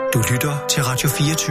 Du lytter til Radio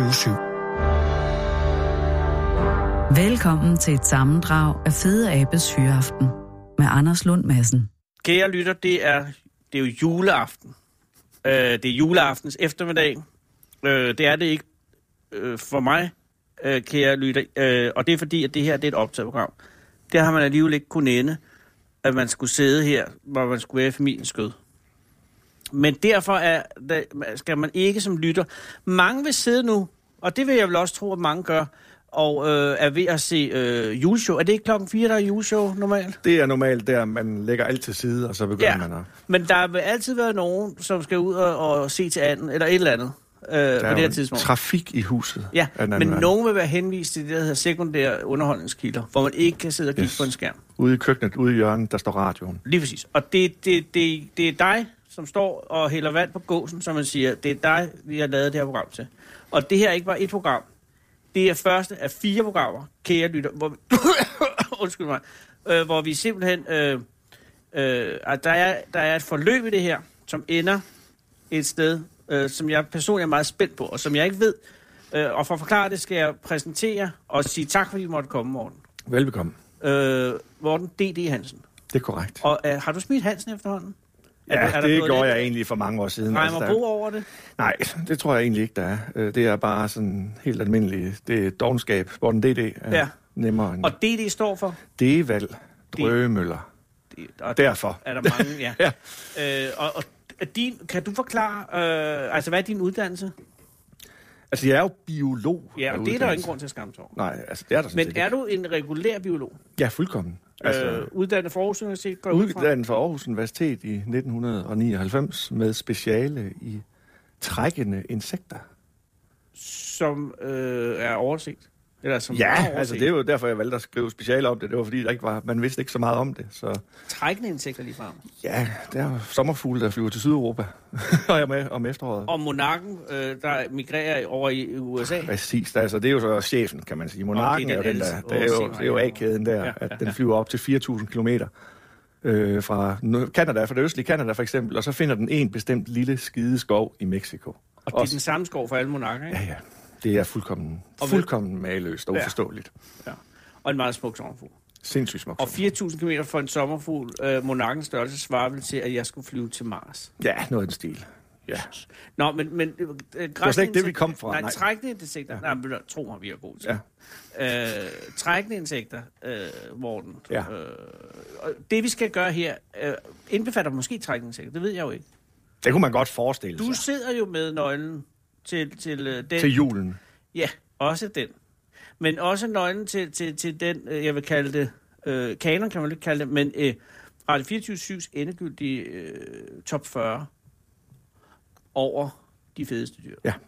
24/7. Velkommen til et sammendrag af Fede Abes Hyreaften med Anders Lund Madsen. Kære lytter, det er jo juleaften. Det er juleaftens eftermiddag. Det er det ikke for mig, kære lytter. Og det er fordi, at det her det er et optaget program. Det har man alligevel ikke kunnet ende, at man skulle sidde her, hvor man skulle være i familiens skød. Men derfor skal man ikke som lytter. Mange vil sidde nu, og det vil jeg vel også tro, at mange gør, og er ved at se juleshow. Er det ikke klokken 4, der er juleshow normalt? Det er normalt der, man lægger alt til side, og så begynder man at... Men der vil altid være nogen, som skal ud og se til anden, eller et eller andet på det her tidspunkt. Trafik i huset. Ja, men nogen vil være henvist til det, der hedder sekundære underholdningskilder, hvor man ikke kan sidde og kigge på en skærm. Ude i køkkenet, ude i hjørnet, der står radioen. Lige præcis. Og det er dig, som står og hælder vand på gåsen, som man siger. Det er dig, vi har lavet det her program til. Og det her er ikke bare et program. Det er første af 4 programmer, kære lytter, hvor vi, undskyld mig, hvor vi simpelthen, der er et forløb i det her, som ender et sted, som jeg personligt er meget spændt på, og som jeg ikke ved. Og for at forklare det, skal jeg præsentere og sige tak, fordi I måtte komme, Morten. Velbekomme. Morten D.D. Hansen. Det er korrekt. Og har du smidt Hansen efterhånden? Ja, det gjorde jeg egentlig for mange år siden. Nej, man bruger over det? Nej, det tror jeg egentlig ikke, der er. Det er bare sådan helt almindeligt. Det er dovenskab. Morten D.D. er nemmere end... Og D.D. står for? D-valg. Drøgemøller. Derfor. Er der mange, ja. Og kan du forklare, hvad er din uddannelse? Altså, jeg er jo biolog. Ja, og det er der jo ingen grund til at skamme sig over. Nej, altså, det er der sådan. Men er du en regulær biolog? Ja, fuldkommen. Altså, uddannet fra Aarhus Universitet? Uddannet fra Aarhus Universitet i 1999 med speciale i trækkende insekter. Som er overset? Eller som altså det er jo derfor, jeg valgte at skrive speciale om det. Det var fordi, man vidste ikke så meget om det. Så... Trækkende insekter lige frem? Ja, det er sommerfugle, der flyver til Sydeuropa. Og jeg er med om efteråret. Og monarken, der migrerer over i USA? Præcis, altså det er jo så chefen, kan man sige. Monarken er jo den der, det er jo A-kæden der, at den flyver op til 4.000 kilometer fra Canada, fra det østlige Canada for eksempel, og så finder den en bestemt lille skide skov i Mexico. Og det er den samme skov for alle monarker, ikke? Ja. Det er fuldkommen maløst og uforståeligt. Ja. Og en meget smuk sommerfugl. Sindssygt smuk. Og 4.000 km for en sommerfugl, monarkens størrelse, svarer vel til, at jeg skulle flyve til Mars. Ja, noget af den stil. Ja. Nå, men det var slet ikke det, vi kom fra. Nej, trækkende insekter. Nej, men tro mig, vi er gode til. Ja. Trækkende insekter, Morten. Ja. Det, vi skal gøre her, indbefatter måske trækkende insekter. Det ved jeg jo ikke. Det kunne man godt forestille sig. Du sidder jo med nøglen til den. Til julen. Ja, også den. Men også nøglen til den, jeg vil kalde det, kanon kan man ikke kalde det, men Radio 24/7's endegyldige top 40 over de fedeste dyr. Ja.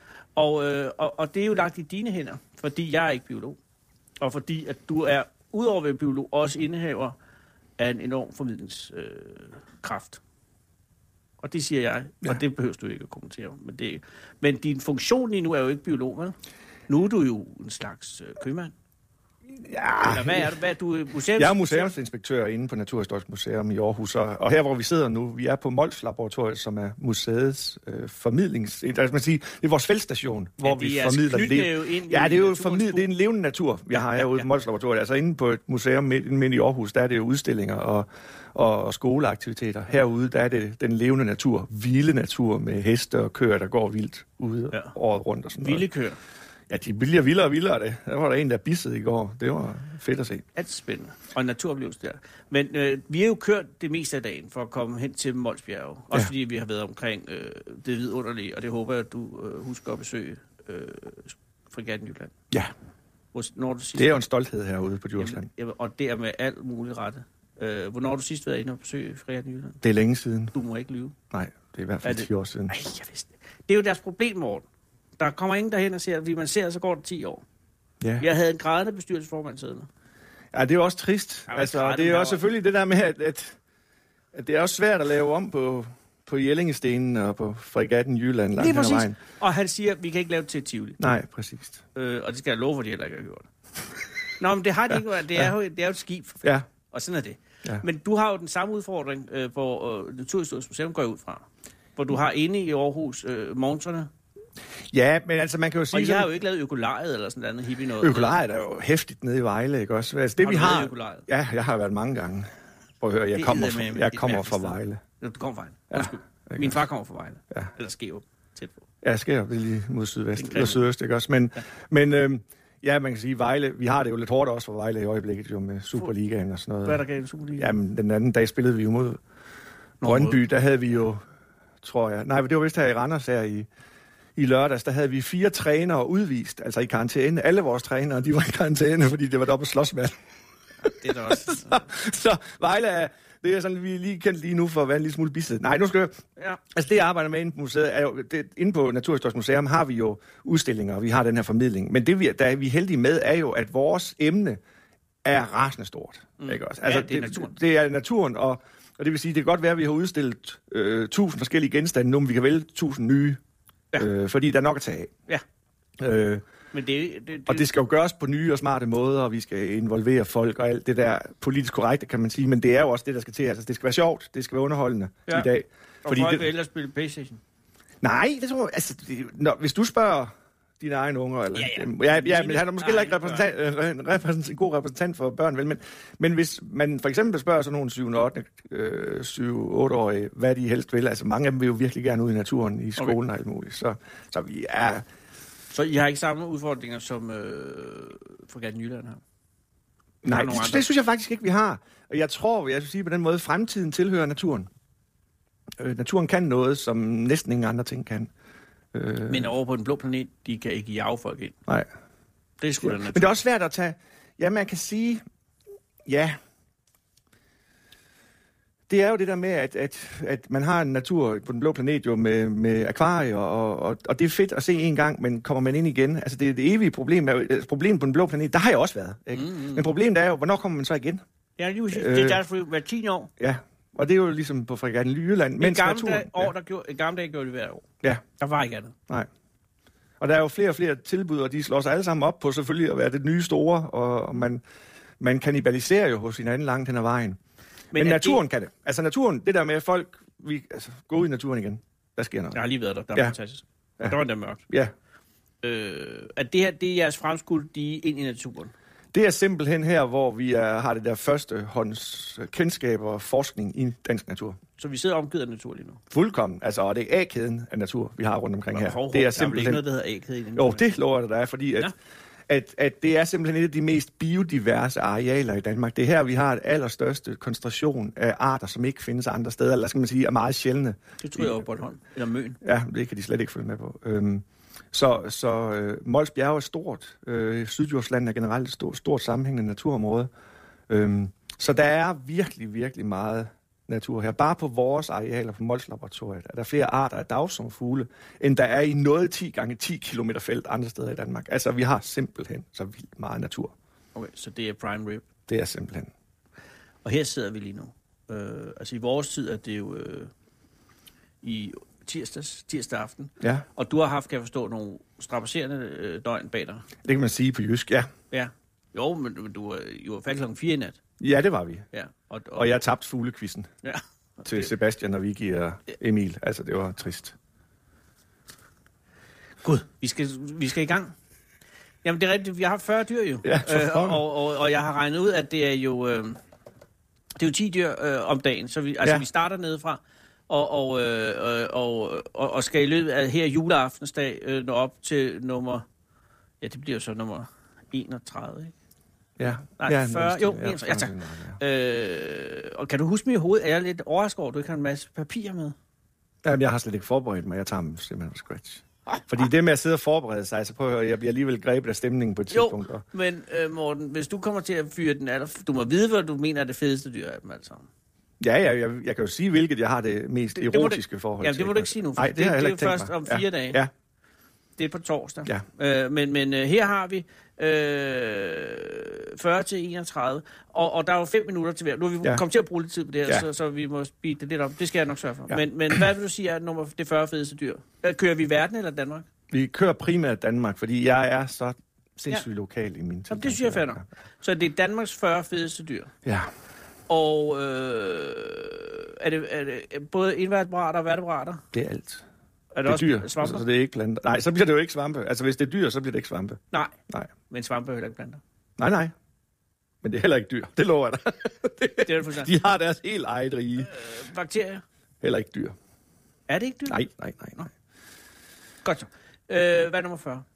Og det er jo lagt i dine hænder, fordi jeg er ikke biolog. Og fordi at du er, udover at være biolog, også indehaver af en enorm formidlingskraft. Og det siger jeg, og det behøver du ikke at kommentere. Men din funktion lige nu er jo ikke biolog, vel? Nu er du jo en slags købmand. Ja. Eller hvad er du? Hvad er du? Jeg er museumsinspektør inde på Naturhistorisk Museum i Aarhus, og her hvor vi sidder nu, vi er på Mols-laboratoriet, som er museets formidlings... Altså man siger, det er vores feltstation, hvor vi formidler det. Ja, det er jo det er en levende natur, jeg har herude på Mols-laboratoriet. Altså inde på et museum midt i Aarhus, der er det jo udstillinger og skoleaktiviteter. Herude, der er det den levende natur, vilde natur med heste og køer, der går vildt ude året rundt og sådan noget. Vilde køer? Ja, de bliver vildere og vildere det. Der var der en, der bissede i går. Det var fedt at se. Alt spændende. Og en naturoplevelse der. Men vi har jo kørt det meste af dagen for at komme hen til Molsbjerge. Også fordi vi har været omkring det vidunderlige, og det håber jeg, at du husker at besøge Fregatten Jylland. Ja. Når du sidst... Det er jo en stolthed herude på Djursland. Og det er med alt muligt rette. Hvornår har du sidst været inde og besøge Fregatten Jylland? Det er længe siden. Du må ikke lyve. Nej, det er i hvert fald 10 år siden. Nej, jeg vidste det. Det er jo deres problem, Morten. Der kommer ingen derhen og ser, at man ser, så går det 10 år. Ja. Jeg havde en grædende bestyrelsesformand siddende. Ja, det er jo også trist. Altså, det er jo også selvfølgelig det der med, at det er også svært at lave om på Jellingestenen og på Fregatten Jylland langt hen ad vejen. Og han siger, at vi kan ikke lave det til Tivoli. Nej, præcis. Og det skal jeg love, for de heller ikke har gjort. Nå, men det har de ikke. Det er jo et skib. Ja. Og sådan er det. Ja. Men du har jo den samme udfordring på Naturhistorisk Museum, går jeg ud fra. Hvor du har inde i Aarhus montrene. Ja, men altså man kan jo sige... Og jeg har jo ikke lavet økolariet eller sådan noget hippie noget. Økolariet er jo hæftigt nede i Vejle, ikke også? Altså, det, har du lavet økolariet? Ja, jeg har været mange gange. Prøv at høre, jeg kommer fra Vejle. Du kommer fra Vejle? Ja. Min far kommer fra Vejle. Ja. Eller Skærup, tæt på. Ja, Skærup, det er lige mod sydvest. Eller sydøst, ikke også? Men ja, man kan sige, Vejle, vi har det jo lidt hårdt også for Vejle i øjeblikket, jo med Superligaen og sådan noget. Hvad er der galt i Superligaen? Jamen, den anden dag spillede vi jo mod Brøndby, der havde vi jo, tror jeg... Nej, det var vist her i Randers her i lørdags, der havde vi 4 trænere udvist, altså i karantæne. Alle vores trænere, de var i karantæne, fordi det var deroppe at slås med. Ja, det er da også... så Vejle er... Det er sådan, vi er lige kendt lige nu for at være en lille smule bisset. Nej, nu skal jeg... Ja. Altså det, jeg arbejder med inde på museet, er jo... Inde på Naturhistorisk Museum har vi jo udstillinger, og vi har den her formidling. Men det, der er vi heldige med, er jo, at vores emne er rasende stort. Ikke også? Altså, ja, det er naturen. Det er naturen, og det vil sige, det kan godt være, at vi har udstillet 1000 forskellige genstande nu, men vi kan vælge 1000 nye, fordi der er nok at tage af. Ja. Men og det skal jo gøres på nye og smarte måder, og vi skal involvere folk og alt det der politisk korrekte, kan man sige. Men det er jo også det, der skal til. Altså, det skal være sjovt, det skal være underholdende i dag. Og folk vil ellers spille PlayStation? Nej, det tror jeg... Altså, hvis du spørger dine egne unger, eller... Men han er måske ikke en god repræsentant for børn, vel? Men hvis man for eksempel spørger sådan nogle 7-8-årige, hvad de helst vil, altså mange af dem vil jo virkelig gerne ud i naturen, i skolen og alt muligt. Så vi er... Så I har ikke samme udfordringer som Fregatten Jylland har? Nej, det synes jeg faktisk ikke, vi har. Og jeg tror, jeg vil sige på den måde, fremtiden tilhører naturen. Naturen kan noget, som næsten ingen andre ting kan. Men over på den blå planet, de kan ikke jage folk ind. Nej. Det er sgu da natur. Men det er også svært at tage... Ja, man kan sige... Ja... Det er jo det der med, at man har en natur på den blå planet jo med akvarier, og det er fedt at se en gang, men kommer man ind igen? Altså det evige problem er jo, problemet på den blå planet, der har jeg også været. Ikke? Men problemet er jo, hvornår kommer man så igen? Ja, det er derfor hver 10 år. Ja, og det er jo ligesom på Fregatten Jylland. Men gamle dage gjorde det hvert år. Ja. Der var ikke andet. Nej. Og der er jo flere og flere tilbud, og de slår sig alle sammen op på selvfølgelig at være det nye store, og man kannibaliserer jo hos hinanden langt hen ad vejen. Men naturen kan det. Altså naturen, det der med, at folk går ud i naturen igen. Hvad sker der? Jeg har lige været der. Der er fantastisk. Ja. Der var det mørkt. Ja. At det her, det er jeres fremskud, de ind i naturen? Det er simpelthen her, hvor vi har det der førstehånds kendskab og forskning i dansk natur. Så vi sidder omgivet af natur lige nu? Fuldkommen. Altså, og det er A-kæden af natur, vi har rundt omkring her. Det er simpelthen ikke noget, der hedder A-kæden? Jo, det lover det, der er, fordi at det er simpelthen et af de mest biodiverse arealer i Danmark. Det er her, vi har et allerstørste koncentration af arter, som ikke findes andre steder, eller skal man sige, er meget sjældne. Det tror jeg over Bornholm, eller Møn. Ja, det kan de slet ikke følge med på. Så Mols Bjerge er stort. Syddjursland er generelt et stort sammenhængende naturområde. Så der er virkelig, virkelig meget natur her. Bare på vores arealer på Mols-laboratoriet er der flere arter af dagsommerfugle, end der er i noget 10 gange 10 kilometer felt andre steder i Danmark. Altså, vi har simpelthen så vildt meget natur. Okay, så det er prime rib? Det er simpelthen. Og her sidder vi lige nu. Altså, i vores tid er det jo i tirsdag aften. Ja. Og du har haft, kan jeg forstå, nogle strapasserende døgn bag dig. Det kan man sige på jysk, ja. Ja. Jo, men du var jo færdig klokken 4 i nat. Ja, det var vi. Ja. Og jeg tabte fuglekvisten. Ja. Til Sebastian og Vicky og Emil. Altså, det var trist. Gud, vi skal i gang. Jamen, det er rigtigt. Vi har 40 dyr jo. Ja, og jeg har regnet ud, at det er jo, det er jo 10 dyr om dagen. Så vi starter nedefra. Og skal i løbet af her juleaftensdag nå op til nummer... Ja, det bliver så nummer 31, ikke? Ja. Nej, 40. Jo, 31. Ja, tak. Og kan du huske mig i hovedet? Er jeg lidt overrasket over, at du ikke har en masse papir med? Jamen, jeg har slet ikke forberedt mig. Jeg tager dem simpelthen på scratch. Fordi det med at sidde og forberede sig, så prøv at høre, jeg bliver alligevel grebet af stemningen på et tidspunkt. Jo, men Morten, hvis du kommer til at fyre den, du må vide, hvad du mener er det fedeste dyr af dem alle sammen. Ja, jeg kan jo sige, hvilket jeg har det mest erotiske forhold til. Ja, det må du ikke sige nu, for det er jo først om 4 dage. Ja. Det er på torsdag. Ja. Men her har vi 40 til 31, og der er jo 5 minutter til hver. Nu er vi kommet til at bruge lidt tid på det her, så vi må speede det lidt op. Det skal jeg nok sørge for. Ja. Men hvad vil du sige er det 40 fedeste dyr? Kører vi i verden eller Danmark? Vi kører primært Danmark, fordi jeg er så sindssygt lokal i min tilgang. Det synes jeg er fair nok. Så det er Danmarks 40 fedeste dyr? Ja. Og er det både invertebrater og vertebrater? Det er alt. Er det er også dyr, svampe? så det er ikke planter. Nej, så bliver det jo ikke svampe. Altså, hvis det er dyr, så bliver det ikke svampe. Nej. Nej. Men svampe er heller ikke planter. Nej. Men det er heller ikke dyr. Det lover jeg dig. Det er det de har deres helt eget rige. Bakterier? Heller ikke dyr. Er det ikke dyr? Nej. Godt så. Hvad er nummer 40?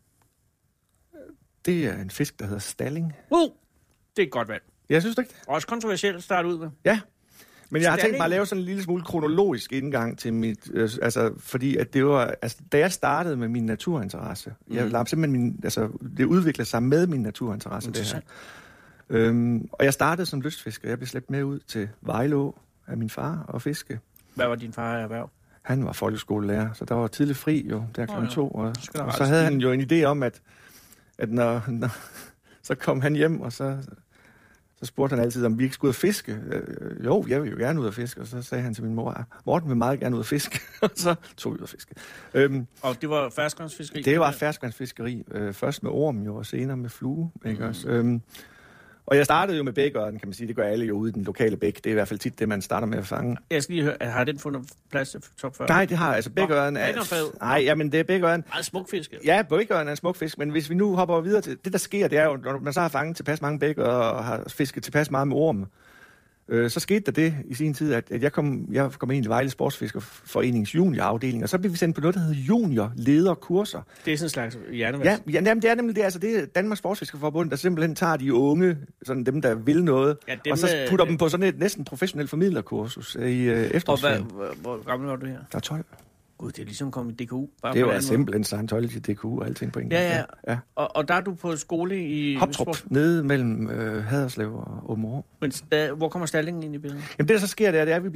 Det er en fisk, der hedder stalling. Det er et godt valg. Jeg synes ikke det. Også kontroversielt at starte ud med. Ja. Men jeg har tænkt Stalling? mig at lave sådan en lille smule kronologisk indgang til mit... fordi at det var... Altså, da jeg startede med min naturinteresse... Jeg lader simpelthen det udviklede sig med min naturinteresse, det her. Og jeg startede som lystfisker. Jeg blev slæbt med ud til Vejlå af min far og fiske. Hvad var din far i erhverv? Han var folkeskolelærer, så der var tidlig fri jo, der kl. 2. Og så havde han jo en idé om, at når så kom han hjem, og så spurgte han altid, om vi ikke skulle ud og fiske. Jo, jeg vil jo gerne ud og fiske. Og så sagde han til min mor, Morten vil meget gerne ud og fiske. Og så tog vi ud og fiske. Og det var ferskvandsfiskeri? Det var ferskvandsfiskeri. Først med orm jo, og senere med flue. Ikke også? Og jeg startede jo med bækørn, kan man sige. Det gør alle jo ude i den lokale bæk. Det er i hvert fald tit det, man starter med at fange. Jeg skal lige høre, har den fundet plads til top 40? Nej, det har altså bækørn. Nej, jamen det er bækørn. Meget smuk fisk. Ja, bækørn er en smuk fisk, men hvis vi nu hopper videre til... Det, der sker, det er jo, når man så har fanget tilpas mange bækker og har fisket tilpas meget med orm, så skete der det i sin tid, at jeg kom ind i Vejle Sportsfiskerforeningens juniorafdeling, og så blev vi sendt på noget, der hedder juniorlederkurser. Det er sådan en slags hjernevask. Ja, jamen, det er nemlig det. Altså, det er Danmarks Sportsfiskerforbund, der simpelthen tager de unge, sådan dem, der vil noget, og så putter dem på sådan et næsten professionelt formidlerkursus i efterårsferien. Og hvor gammel var du her? Der er 12. Gud, det er ligesom kommet i DKU. Det var simpelthen Scientology, DKU og alting på en gang. Ja. Og der er du på skole i... Hoptrup, nede mellem Haderslev og Åbenrå. Men hvor kommer stallingen ind i billedet? Jamen det, der så sker, det er, at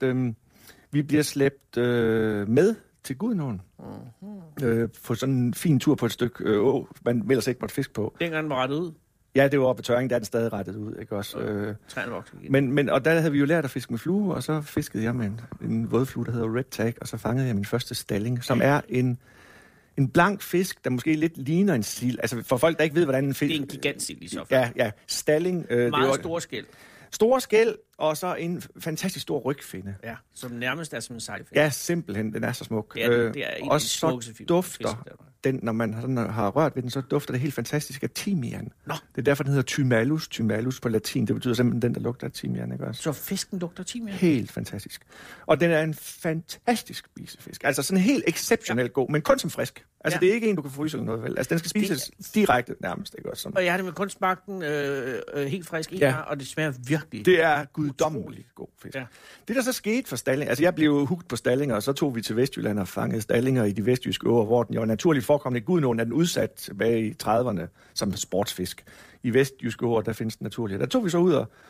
vi bliver slæbt med til Gudenåen. På sådan en fin tur på et stykke å, man ellers ikke måtte fiske på. Dengang den var rettet ud? Ja, det var oppe på Tørring, der er den stadig rettet ud, ikke også? Og der havde vi jo lært at fiske med flue, og så fiskede jeg med en vådflue, der hedder Red Tag, og så fangede jeg min første stalling, som er en blank fisk, der måske lidt ligner en sild. Altså for folk, der ikke ved, hvordan en fisk... Det er en gigantsild i så fald. Ja, stalling. Meget store skæl. Store skæl, og så en fantastisk stor rygfinde. Ja, som nærmest er som en sejlfisk. Ja, simpelthen. Den er så smuk. Det er en og så dufter den, når man har rørt ved den, så dufter det helt fantastisk af timian. Nå. Det er derfor, den hedder Thymalus. Thymalus på latin, det betyder simpelthen den, der lugter af timian, ikke også? Så fisken lugter timian? Helt fantastisk. Og den er en fantastisk spisefisk. Altså sådan helt exceptionelt god, men kun som frisk. Altså det er ikke en, du kan fryse eller noget, vel? Altså den skal spises direkte nærmest, ikke også? Sådan. Og jeg har det med kun smagt den helt frisk en gang, og det smager virkelig. Det er guddommeligt god fisk. Ja. Det, der så skete for stalling, altså jeg blev hugt på stallinger, og så tog vi til Vestjylland og fangede stallinger i de vestjyske åer, hvor den jo naturligt forekommende. Gudenåen er den udsat tilbage i 30'erne som sportsfisk. I vestjyske åer, der findes den naturligt. Der tog vi så ud og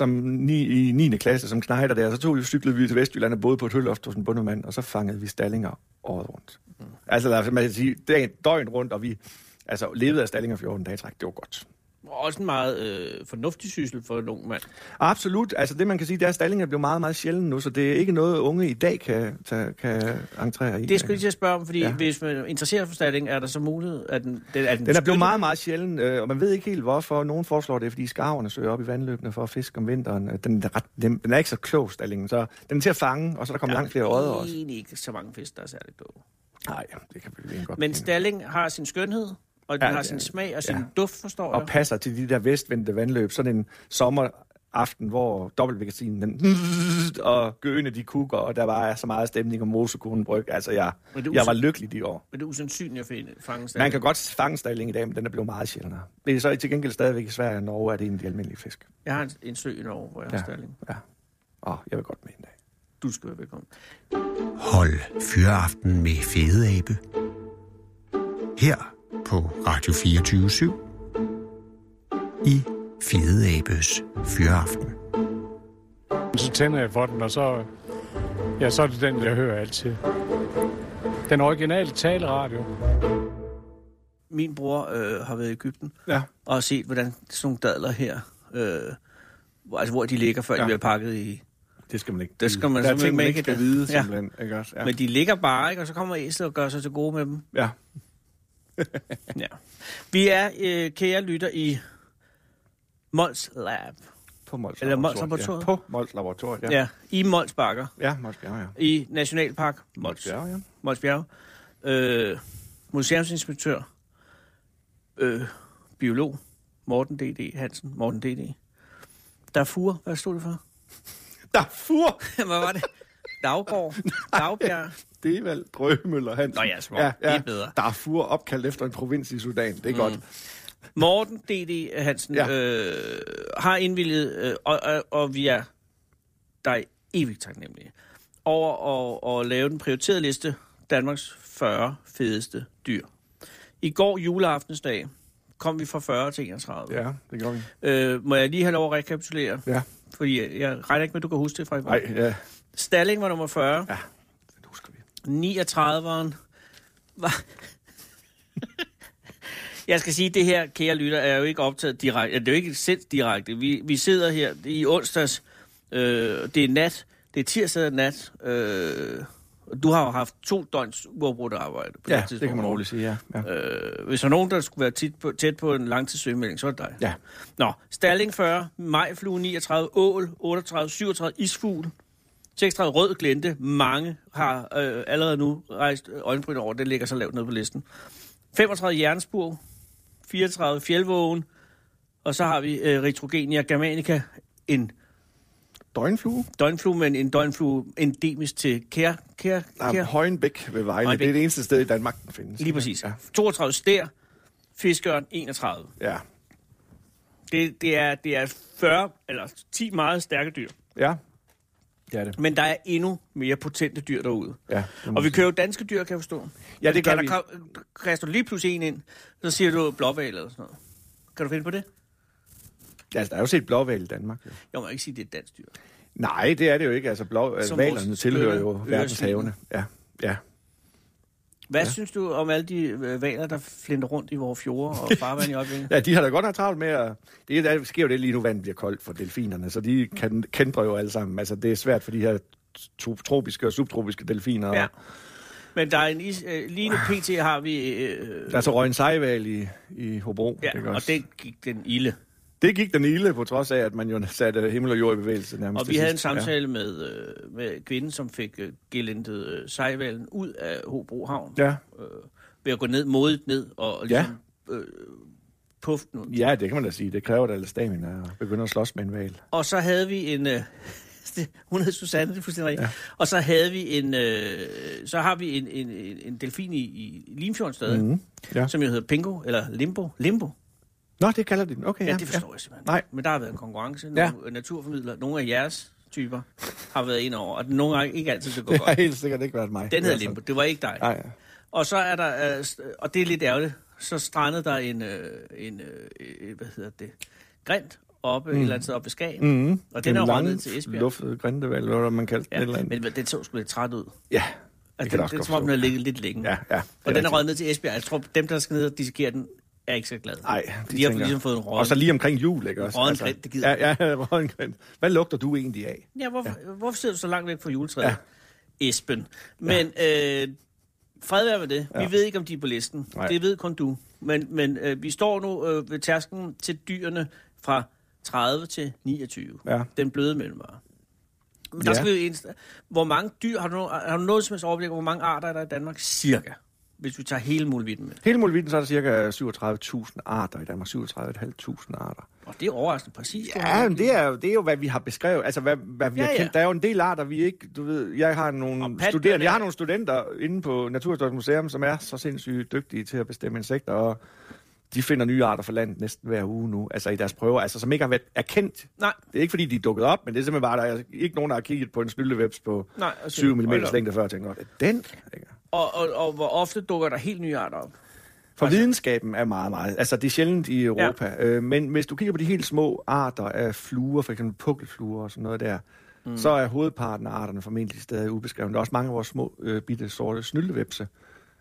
i 9. klasse som knejder der, så cyklede vi til Vestjylland og boede på et hølloft hos en bondemand, og så fangede vi stallinger året rundt. Altså man kan sige, døgn rundt, og vi levede af stallinger 14 dage træk. Det var godt. Også en meget fornuftig syssel for en ung mand. Absolut. Altså det, man kan sige, det er, at stallinger bliver meget, meget sjældent nu, så det er ikke noget, unge i dag kan entrere i. Det skulle jeg til at spørge om, fordi hvis man er interesseret for stalling, er der så mulighed, at den er blevet meget, meget sjældent, og man ved ikke helt, hvorfor. Nogen foreslår det, fordi skarverne søger op i vandløbene for at fiske om vinteren. Den er ikke så klog, stallingen, så den er til at fange, og så der kommer langt flere øjder også. Det er ikke så mange fisk, der er særligt kloge. Nej, det kan vi godt. Men stalling har sin skønhed, og den har sin smag og sin duft, forstår jeg. Og passer til de der vestvendte vandløb. Sådan en sommeraften, hvor dobbeltvækkasinen den og gøene de kukker, og der var så meget stemning om Mosekonen Bryg. Altså, jeg var lykkelig de år. Men det er usandsynligt at fange stalling. Man kan godt fange stalling i dag, men den er blevet meget sjældnere. Det er så til gengæld stadigvæk i Sverige og Norge, er det en af de almindelige fisk. Jeg har en sø i Norge, hvor jeg har stalling. Ja. Jeg vil godt med en dag. Du skal være velkommen. Hold Fyraften med Fede Abe. Her på Radio 24/7 i Fede Abes Fyraften. Så tænder jeg for den, og så er det den, jeg hører altid. Den originale taleradio. Min bror har været i Egypten og har set, hvordan sådan nogle dadler her, hvor de ligger, før de bliver pakket i... Det skal man ikke. Det skal man der er ting, man ikke skal vide, simpelthen. Ikke også? Ja. Men de ligger bare, ikke? Og så kommer æslet og gør sig til gode med dem. Ja. Ja. Vi er, kære lytter, i Mols Lab På Mols Eller Laboratoriet. Mols Laboratoriet. Ja, på Mols Laboratoriet, ja. Ja, i Mols Bakker. Ja, Mols Bjerge, ja. I Nationalpark Mols Bjerge, ja. Mols Bjerge. Museumsinspektør. Biolog. Morten D.D. Hansen. Morten D.D. Darfur. Hvad stod det for? Darfur! Hvad var det? Daggård. Dagbjerg. Det er vel Drømøller Hansen. Nå ja, små. Det er bedre. Darfur, opkaldt efter en provins i Sudan. Det er godt. Morten D.D. Hansen har indvilget, og vi er dig evigt taknemmelige, over at lave den prioriterede liste Danmarks 40 fedeste dyr. I går juleaftensdag kom vi fra 40 til 31. Ja, det gør vi. Må jeg lige have lov at rekapitulere? Ja. Fordi jeg regner ikke med, at du kan huske det fra i går. Nej, ja. Stalling var nummer 40. Ja, det husker vi. 39'eren var... Jeg skal sige, det her, kære lytter, er jo ikke optaget direkte. Det er jo ikke sendt direkte. Vi sidder her i onsdags. Det er nat. Det er tirsdag nat. Du har jo haft 2 døgns uafbrudt arbejde på det tidspunkt. Det kan man roligt sige, ja. Hvis der er nogen, der skulle være tæt på en langtidssøgmelding, så er det dig. Ja. Nå, Stalling 40, majflue 39, ål 38, 37, isfugl 36, rød glente. Mange har allerede nu rejst øjenbryn over. Det ligger så lavt ned på listen. 35 jernspur, 34 fjeldvågen, og så har vi Retrogenia germanica, en døgnflue, men en døgnflue endemisk til Kær. Højenbæk ved Vejle. Det er det eneste sted i Danmark, der findes. Lige præcis. Ja. 32 stær, fiskørn 31. Ja. Det er 40 eller 10 meget stærke dyr. Ja. Det er det. Men der er endnu mere potente dyr derude. Ja, og vi kører jo danske dyr, kan jeg forstå. Ja, det gør vi. Kaster du lige pludselig en ind, så siger du blåhval eller sådan noget. Kan du finde på det? Ja, der er jo set blåhval i Danmark. Jo. Jeg må ikke sige, det er et dansk dyr. Nej, det er det jo ikke. Altså, hvalerne tilhører jo verdenshavene. Ja. Hvad synes du om alle de hvaler, der flinter rundt i vores fjorde og farvand i øjeblikket? Ja, de har da godt have travlt med at... Der sker jo det lige nu, vandet bliver koldt for delfinerne, så de kender jo alle sammen. Altså, det er svært for de her tropiske og subtropiske delfiner. Ja. Men der er lige nu pt. Har vi... Der er så røg en sejhval i Hobro. Ja, og det gik den ilde. Det gik den ilde, på trods af, at man jo satte himmel og jord i bevægelse nærmest. Og vi havde en samtale med kvinden, som fik gelentet sejhvalen ud af Hobro Havn. Ja. Ved at gå modigt ned og ligesom puffe den ud. Ja, det kan man da sige. Det kræver da lidt stamina at begynde at slås med en hval. Og så havde vi en... hun hed Susanne, det er fuldstændig rigtigt. Ja. Og så havde vi en delfin i Limfjorden stadig, som jo hedder Pingo, eller Limbo. Nå, det kalder de den. Okay, ja, det forstår jeg simpelthen. Nej. Men der har været en konkurrence. Nogle naturformidlere, nogle af jeres typer, har været ind over, og nogle gange ikke altid det går godt. Det har helt sikkert ikke været mig. Den hedder Limbo, det var ikke dig. Nej. Og så er der, og det er lidt ærgerligt, så strandede der en grint oppe, et eller andet sted oppe ved Skagen. Og den er jo ned til Esbjerg. Luftede grindevald, eller hvad man kaldte ja, et eller andet. Men den så sgu lidt træt ud. Ja, altså, den som om den har ligget lidt længe. Ja. Og den er røget ned til Esbjerg. Jeg tror, dem, der skal ned og dissekere den, er ikke så glade. Nej, de har ligesom fået en råd. Og så lige omkring jul, ikke også? Råden grint, det gider jeg. Ja, råden grint. Hvad lugter du egentlig af? Ja, hvorfor sidder du så langt væk fra juletræet? Ja. Esben. Men fred være med det. Ja. Vi ved ikke, om de er på listen. Nej. Det ved kun du. Men vi står nu ved tærsklen til dyrene fra 30 til 29. Ja. Den bløde mellemvare. Der skal vi hvor mange dyr, har du noget som helst overblik, hvor mange arter er der i Danmark? Cirka. Hvis vi tager hele muligheden med. Hele muligheden, så er der cirka 37.000 arter i Danmark. 37.500 arter. Og det er overraskende præcis. Ja, men det er jo, hvad vi har beskrevet. Altså, hvad vi har kendt. Der er jo en del arter, vi ikke... Du ved, jeg har nogle studenter inde på Naturhistorisk Museum, som er så sindssygt dygtige til at bestemme insekter, og de finder nye arter for landet næsten hver uge nu, altså i deres prøver, altså som ikke har været erkendt. Nej. Det er ikke fordi, de er dukket op, men det er simpelthen bare, der er ikke nogen, der har kigget på en snyldevæbs på 7 mm længde før, og tænker, den... Og hvor ofte dukker der helt nye arter op? For videnskaben er meget, meget... Altså, det er sjældent i Europa. Ja. Men hvis du kigger på de helt små arter af fluer, for eksempel pukkelfluer og sådan noget der, så er hovedparten af arterne formentlig stadig ubeskrevet. Der er også mange af vores små, bitte, sorte snyldevæbse,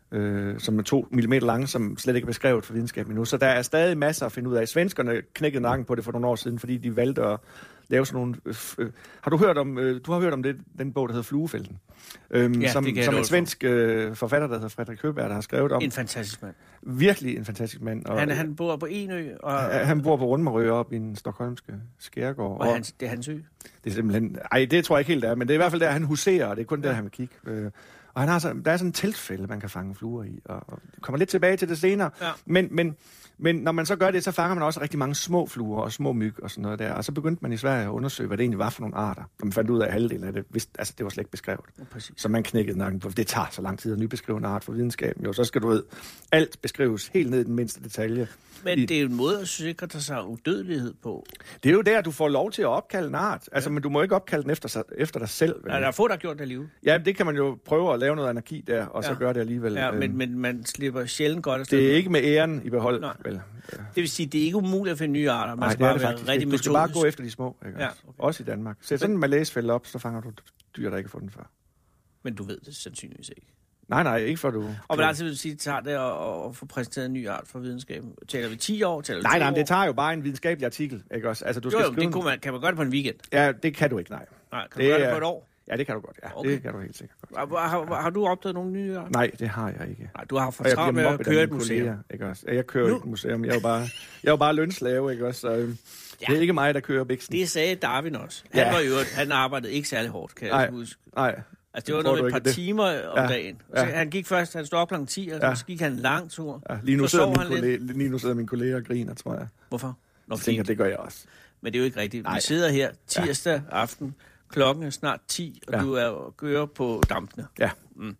som er 2 millimeter lange, som slet ikke er beskrevet for videnskaben endnu. Så der er stadig masser at finde ud af. Svenskerne knækkede nakken på det for nogle år siden, fordi de valgte at lave sådan nogle... Har du hørt om det, den bog, der hedder Fluefelten? Som en svensk forfatter, der hedder Fredrik Høberg, der har skrevet om... En fantastisk mand. Virkelig en fantastisk mand. Og, han bor på Enø. Og... Han bor på Rundmarø op i den stokholmske skærgård. Og det er hans ø? Det er simpelthen... Ej, det tror jeg ikke helt, det er, men det er i hvert fald der, han huserer, og det er kun der, han vil kigge. Og der er sådan en teltfælde, man kan fange fluer i, og kommer lidt tilbage til det senere. Ja. Men når man så gør det, så fanger man også rigtig mange små fluer og små myg og sådan noget der. Og så begyndte man i Sverige at undersøge, hvad det egentlig var for nogle arter. Og man fandt ud af, at halvdelen af det, det var slet ikke beskrevet. Så man knækkede nakken på, det tager så lang tid at nybeskrive en art for videnskaben. Jo, så skal du alt beskrives helt ned i den mindste detalje. Men det er jo en måde at sikre sig udødelighed på. Det er jo der, du får lov til at opkalde en art. Altså, men du må ikke opkalde den efter dig selv. Ja, der er få, der har gjort det alligevel. Ja, det kan man jo prøve at lave noget anarki der, og så gøre det alligevel. Ja, men man slipper sjældent godt afsted. Det er ikke med æren i behold. Vel? Det vil sige, det er ikke umuligt at finde nye arter. Man skal bare være rigtig metodisk. Du skal bare gå efter de små, ikke? Ja, okay. Også i Danmark. Sæt sådan en malaysefælde op, så fanger du dyr, der ikke har fundet før. Men du ved det sandsynligvis ikke. Nej, ikke for du... Og hvor lang tid vil du sige, det tager det at få præsenteret en ny art for videnskaben? Taler vi 10 år? Nej, det tager jo bare en videnskabelig artikel, ikke også? Altså, du skal skrive... kan man gøre det på en weekend? Ja, det kan du ikke, nej. Nej, kan du gøre det på et år? Ja, det kan du godt, ja. Okay. Det kan du helt sikkert godt. Har du opdaget nogle nye arter? Nej, det har jeg ikke. Nej, du har for travlt med at køre et museum. Ikke også? Jeg kører ikke et museum. Jeg er jo bare lønslave, ikke også? Så, det er ikke mig, der kører biksen. Det sagde Darwin også. Han arbejdede ikke særlig hårdt, kan jeg huske. Nej. Altså, det var noget et par timer om dagen. Så han gik først, han stod op kl. 10, og så gik han en lang tur. Ja, lige nu sidder min kollega og griner, tror jeg. Hvorfor? Jeg tænker, det gør jeg også. Men det er jo ikke rigtigt. Vi sidder her tirsdag aften. Klokken er snart 10, og du er kører på dampene. Ja.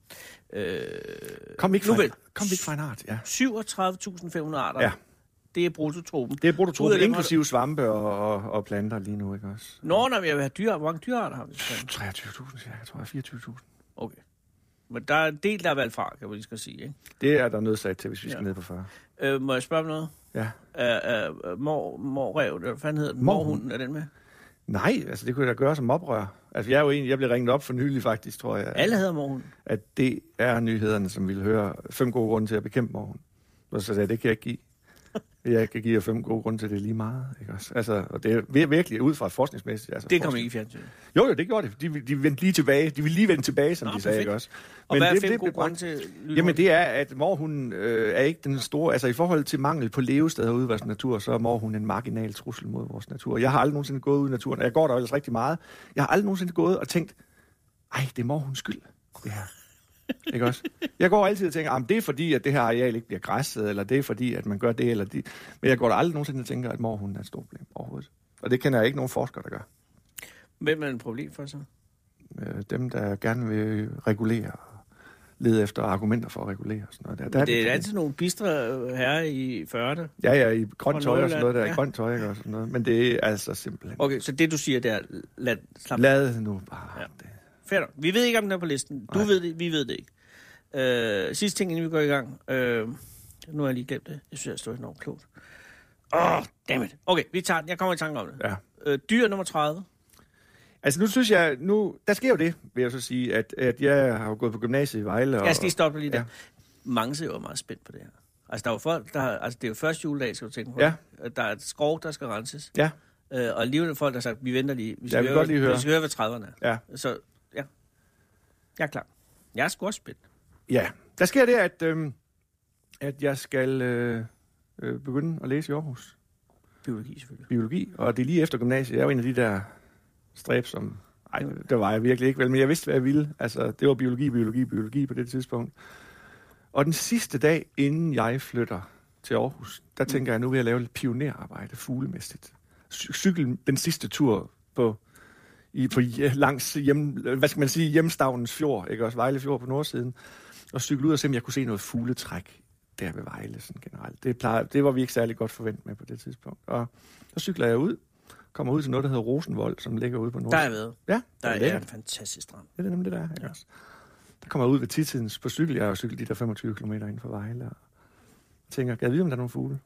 Kom ikke fra en art, ja. 37.500 arter. Ja. Det er bruttotropen. Det er bruttotropen, inklusive svampe og planter lige nu, ikke også? Når vi har dyr, hvor mange dyrarter har vi? 23.000, cirka, tror jeg. 24.000. Okay. Men der er en del, der er valgt fra, kan man lige skal sige, ikke? Det er der nødsat til, hvis vi skal ned på 40. Må jeg spørge om noget? Ja. Morrev, hvad fanden hedder den? Morhunden, er den med? Nej, altså det kunne jeg da gøre som oprør. Altså jeg blev ringet op for nylig faktisk, tror jeg. Alle hedder morhunden? At det er nyhederne, som ville høre 5 gode grunde til at bekæmpe morhunden. Og så sagde jeg, det kan jeg ikke give. Jeg kan give jer 5 gode grunde til det lige meget. Ikke også? Altså, og det er virkelig ud fra forskningsmæssigt. Altså, det kom ikke i fjernsynet? Jo, det gjorde det. De vendte lige tilbage. De ville lige vende tilbage, som de sagde. Ikke også? Og hvad er 5 gode grunde til? Jamen det er, at morhunden er ikke den store... Altså i forhold til mangel på levesteder ude i vores natur, så er morhunden en marginal trussel mod vores natur. Jeg har aldrig nogensinde gået ud i naturen, og jeg går der ellers rigtig meget. Jeg har aldrig nogensinde gået og tænkt, det er morhundens skyld, det her. Ikke også? Jeg går altid og tænker, det er fordi, at det her areal ikke bliver græsset, eller det er fordi, at man gør det eller det. Men jeg går der aldrig nogensinde og tænker, at morhunden er et stort problem overhovedet. Og det kender jeg ikke nogen forskere, der gør. Hvem er et problem for så? Dem, der gerne vil regulere og lede efter argumenter for at regulere. Og sådan noget. Det er altid nogle bistre herrer i 40'erne. Ja, i grønt tøj og sådan noget der. Ja. I grønt tøj og sådan noget. Men det er altså simpelthen... Okay, så det du siger, det er... Lad nu bare... Ja. Det. Fair. Vi ved ikke, om den er på listen. Du ved det, vi ved det ikke. Sidste ting, inden vi går i gang. Nu har jeg lige glemt det. Jeg synes, jeg står enormt klogt. Dammit. Okay, vi tager den. Jeg kommer i tanke om det. Ja. Dyr nummer 30. Altså nu synes jeg, der sker jo det, vil jeg så sige, at jeg har gået på gymnasiet i Vejle. Jeg skal lige stoppe lige der. Mange ser jo meget spændt på det her. Altså der er jo folk, det er jo første juledag, skal du tænke på. Ja. Der er et skrog, der skal renses. Ja. Og alligevel er folk, der har sagt, vi venter lige. Vi skal høre, hvad 30'erne er. Ja. Så ja, jeg er klar. Jeg er sgu også spændt. Ja, der sker det, at jeg skal begynde at læse i Aarhus. Biologi selvfølgelig. Biologi, og det er lige efter gymnasiet. Jeg er jo en af de der stræb, som... Ej, det var jeg virkelig ikke vel, men jeg vidste, hvad jeg ville. Altså, det var biologi på det tidspunkt. Og den sidste dag, inden jeg flytter til Aarhus, der tænker jeg, nu vil jeg lave lidt pionerarbejde, fuglemæssigt. Cykle den sidste tur langs hjemstavnens fjord, ikke også, Vejle Fjord på nordsiden, og cykle ud og se, om jeg kunne se noget fugletræk der ved Vejle sådan generelt. Det var vi ikke særlig godt forventet med på det tidspunkt. Og så cykler jeg ud, kommer ud til noget, der hedder Rosenvold, som ligger ude på nordsiden. Der er ved. Ja, der er en fantastisk strand. Det er nemlig det der, ikke også. Der kommer jeg ud ved tidtiden på cykel. Jeg har jo cyklet de der 25 km inden for Vejle, og tænker, kan jeg vide, om der er nogle fugle?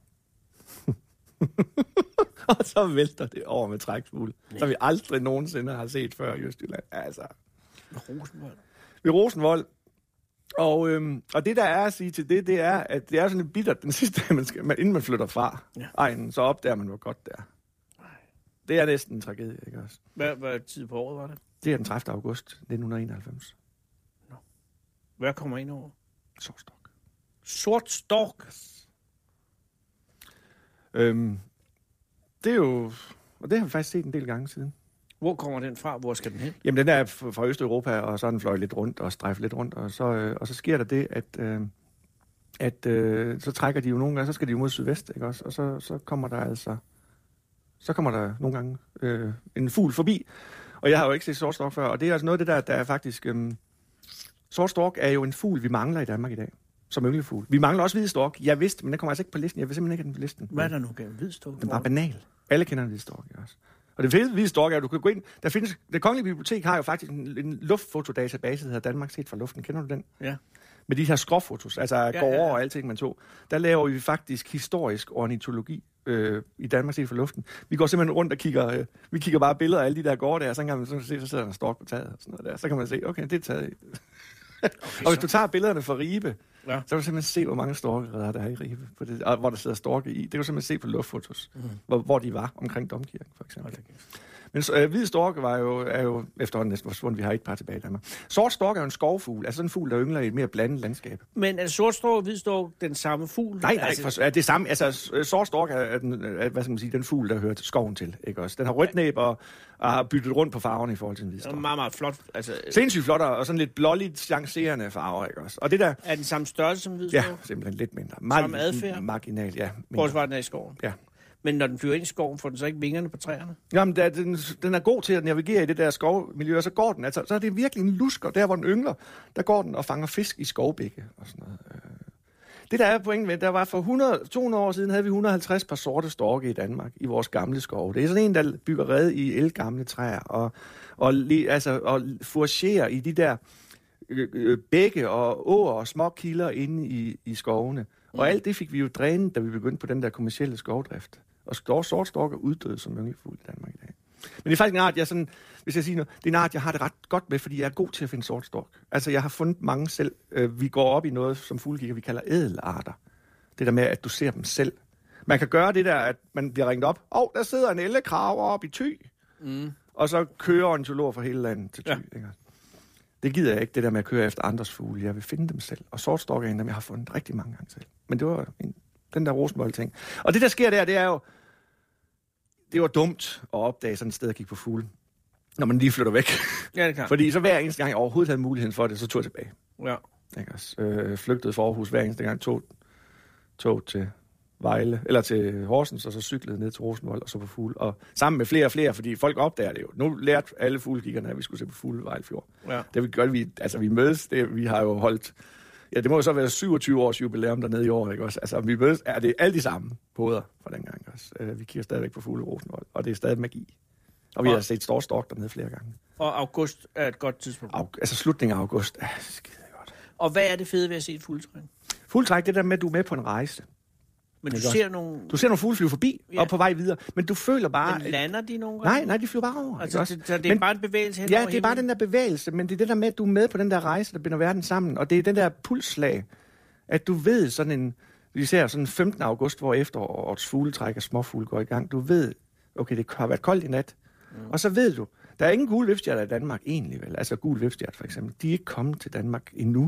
Og så vælter det over med trækfugle, som vi aldrig nogensinde har set før i Østjylland. Altså. Ved Rosenvold? Ved Rosenvold. Og det, der er at sige til det, det er, at det er sådan lidt bittert den sidste dag, inden man flytter fra egnen, så opdager man, hvor godt det er. Det er næsten en tragedie, ikke også? Hvad tid på året var det? Det er den 30. august 1991. Nå. Hvad kommer ind over? Sort stork. Sort stork? Det er jo... Og det har vi faktisk set en del gange siden. Hvor kommer den fra? Hvor skal den hen? Jamen, den er fra Østeuropa, og så er den fløjet lidt rundt og strejfet lidt rundt. Og så sker der det, at så trækker de jo nogle gange, så skal de jo mod sydvest, ikke også? Og så kommer der altså... Så kommer der nogle gange en fugl forbi. Og jeg har jo ikke set sort stork før, og det er altså noget af det der er faktisk... sort stork er jo en fugl, vi mangler i Danmark i dag, som ynglefugl. Vi mangler også hvid stork. Jeg vidste, men den kommer altså ikke på listen. Jeg vil simpelthen ikke have den på listen. Hvad er der nu gennem hvid stork? Den er bare banal. Alle kender en hvid stork, ikke også? Og det fede hvide stork er, at du kan gå ind... Det Kongelige Bibliotek har jo faktisk en luftfotodatabase, der hedder Danmark set fra luften. Kender du den? Ja. Med de her skråfotos, altså gårde og alting, man tog. Der laver vi faktisk historisk ornitologi i Danmark set fra luften. Vi går simpelthen rundt og kigger... vi kigger bare billeder af alle de der gårde der, og så kan man se, så sidder der en stork på taget og sådan noget der. Så kan man se, okay, det er taget. Okay, og hvis du tager billederne fra Ribe, så kan du simpelthen se, hvor mange storkereder der er i Ribe, hvor der sidder storke i. Det kan du simpelthen se på luftfotos, hvor de var omkring Domkirken, for eksempel. Okay. Men hvid storke er jo efterhånden næsten forsvundet. Vi har et par tilbage i Danmark. Sort storke er jo en skovfugl, altså en fugl, der yngler i et mere blandet landskab. Men er sort storke og hvid storke den samme fugl? Nej, er det samme. Altså, sort storke er hvad skal man sige, den fugl, der hører til skoven til, ikke også? Den har rødt næb og har byttet rundt på farverne i forhold til en hvid storke. Meget, meget flot. Altså, sindssygt flot og sådan lidt blåligt chancerende farver, ikke også? Og det der... Er den samme størrelse som hvid storke? Ja, simpelthen lidt mindre. Samme adfærd? Marginal, ja. Hvor var den er i skoven? Ja. Men når den flyver ind i skoven, får den så ikke vingerne på træerne? Jamen, den er god til at navigere i det der skovmiljø, og så går den. Altså, så er det virkelig en lusker. Der, hvor den yngler, der går den og fanger fisk i skovbække og sådan noget. Det, der er pointen ved, der var for 200 år siden, havde vi 150 par sorte storke i Danmark, i vores gamle skove. Det er sådan en, der bygger rede i ældgamle træer, og fourcherer i de der bække og åer og små kilder inde i skovene. Og alt det fik vi jo drænet, da vi begyndte på den der kommercielle skovdrift. Og sort stork er uddød som ynglefugl i Danmark i dag. Men det er faktisk en art, hvis jeg siger noget, det er en art, jeg har det ret godt med, fordi jeg er god til at finde sort stork. Altså, jeg har fundet mange selv. Vi går op i noget, som fuglekigger, vi kalder ædelarter. Det der med, at du ser dem selv. Man kan gøre det der, at man bliver ringet op. Der sidder en ellekraver op i Thy. Og så kører ornitologer fra hele landet til Thy. Ja. Det gider jeg ikke, det der med at køre efter andres fugle. Jeg vil finde dem selv. Og sort stork er en af dem, jeg har fundet rigtig mange gange selv. Men det var den der Rosenvold-ting. Og det, der sker der, det er jo... Det var dumt at opdage sådan et sted at kigge på fugle, når man lige flytter væk. Ja, det kan. Fordi så hver eneste gang, jeg overhovedet havde muligheden for det, så tog jeg tilbage. Ja. Jeg flygtede fra Aarhus hver eneste gang, tog til Vejle, eller til Horsens, og så cyklede ned til Rosenvold og så på fugle. Og sammen med flere og flere, fordi folk opdager det jo. Nu lærte alle fuglekiggerne, at vi skulle se på fugle i Vejlefjord. Ja. Det gør vi, altså vi mødes, vi har jo holdt... Ja, det må jo så være 27 års jubilæum dernede i år, ikke også? Altså, vi mødes, er det alle de samme poder fra dengang, også? Vi kigger stadigvæk på fugle i Rosenvold, og det er stadig magi. Og vi har set stor stork dernede flere gange. Og august er et godt tidspunkt? Altså slutningen af august er skide godt. Og hvad er det fede ved at se et fugletræk? Fugletræk, det der med, at du er med på en rejse. Men du ser nogle fugle flyve forbi og på vej videre, men du føler bare... Men lander de nogle gange? Nej, de flyver bare over. Altså, så det er bare en bevægelse hen over det er bare den der bevægelse, men det er det der med, at du er med på den der rejse, der binder verden sammen, og det er den der pulsslag, at du ved sådan en... Vi ser sådan 15. august, hvor efterårets fugletræk og småfugle går i gang. Du ved, okay, det har været koldt i nat, og så ved du, der er ingen gule vipstjerter i Danmark egentlig, vel? Altså gul vipstjert for eksempel, de er ikke kommet til Danmark endnu.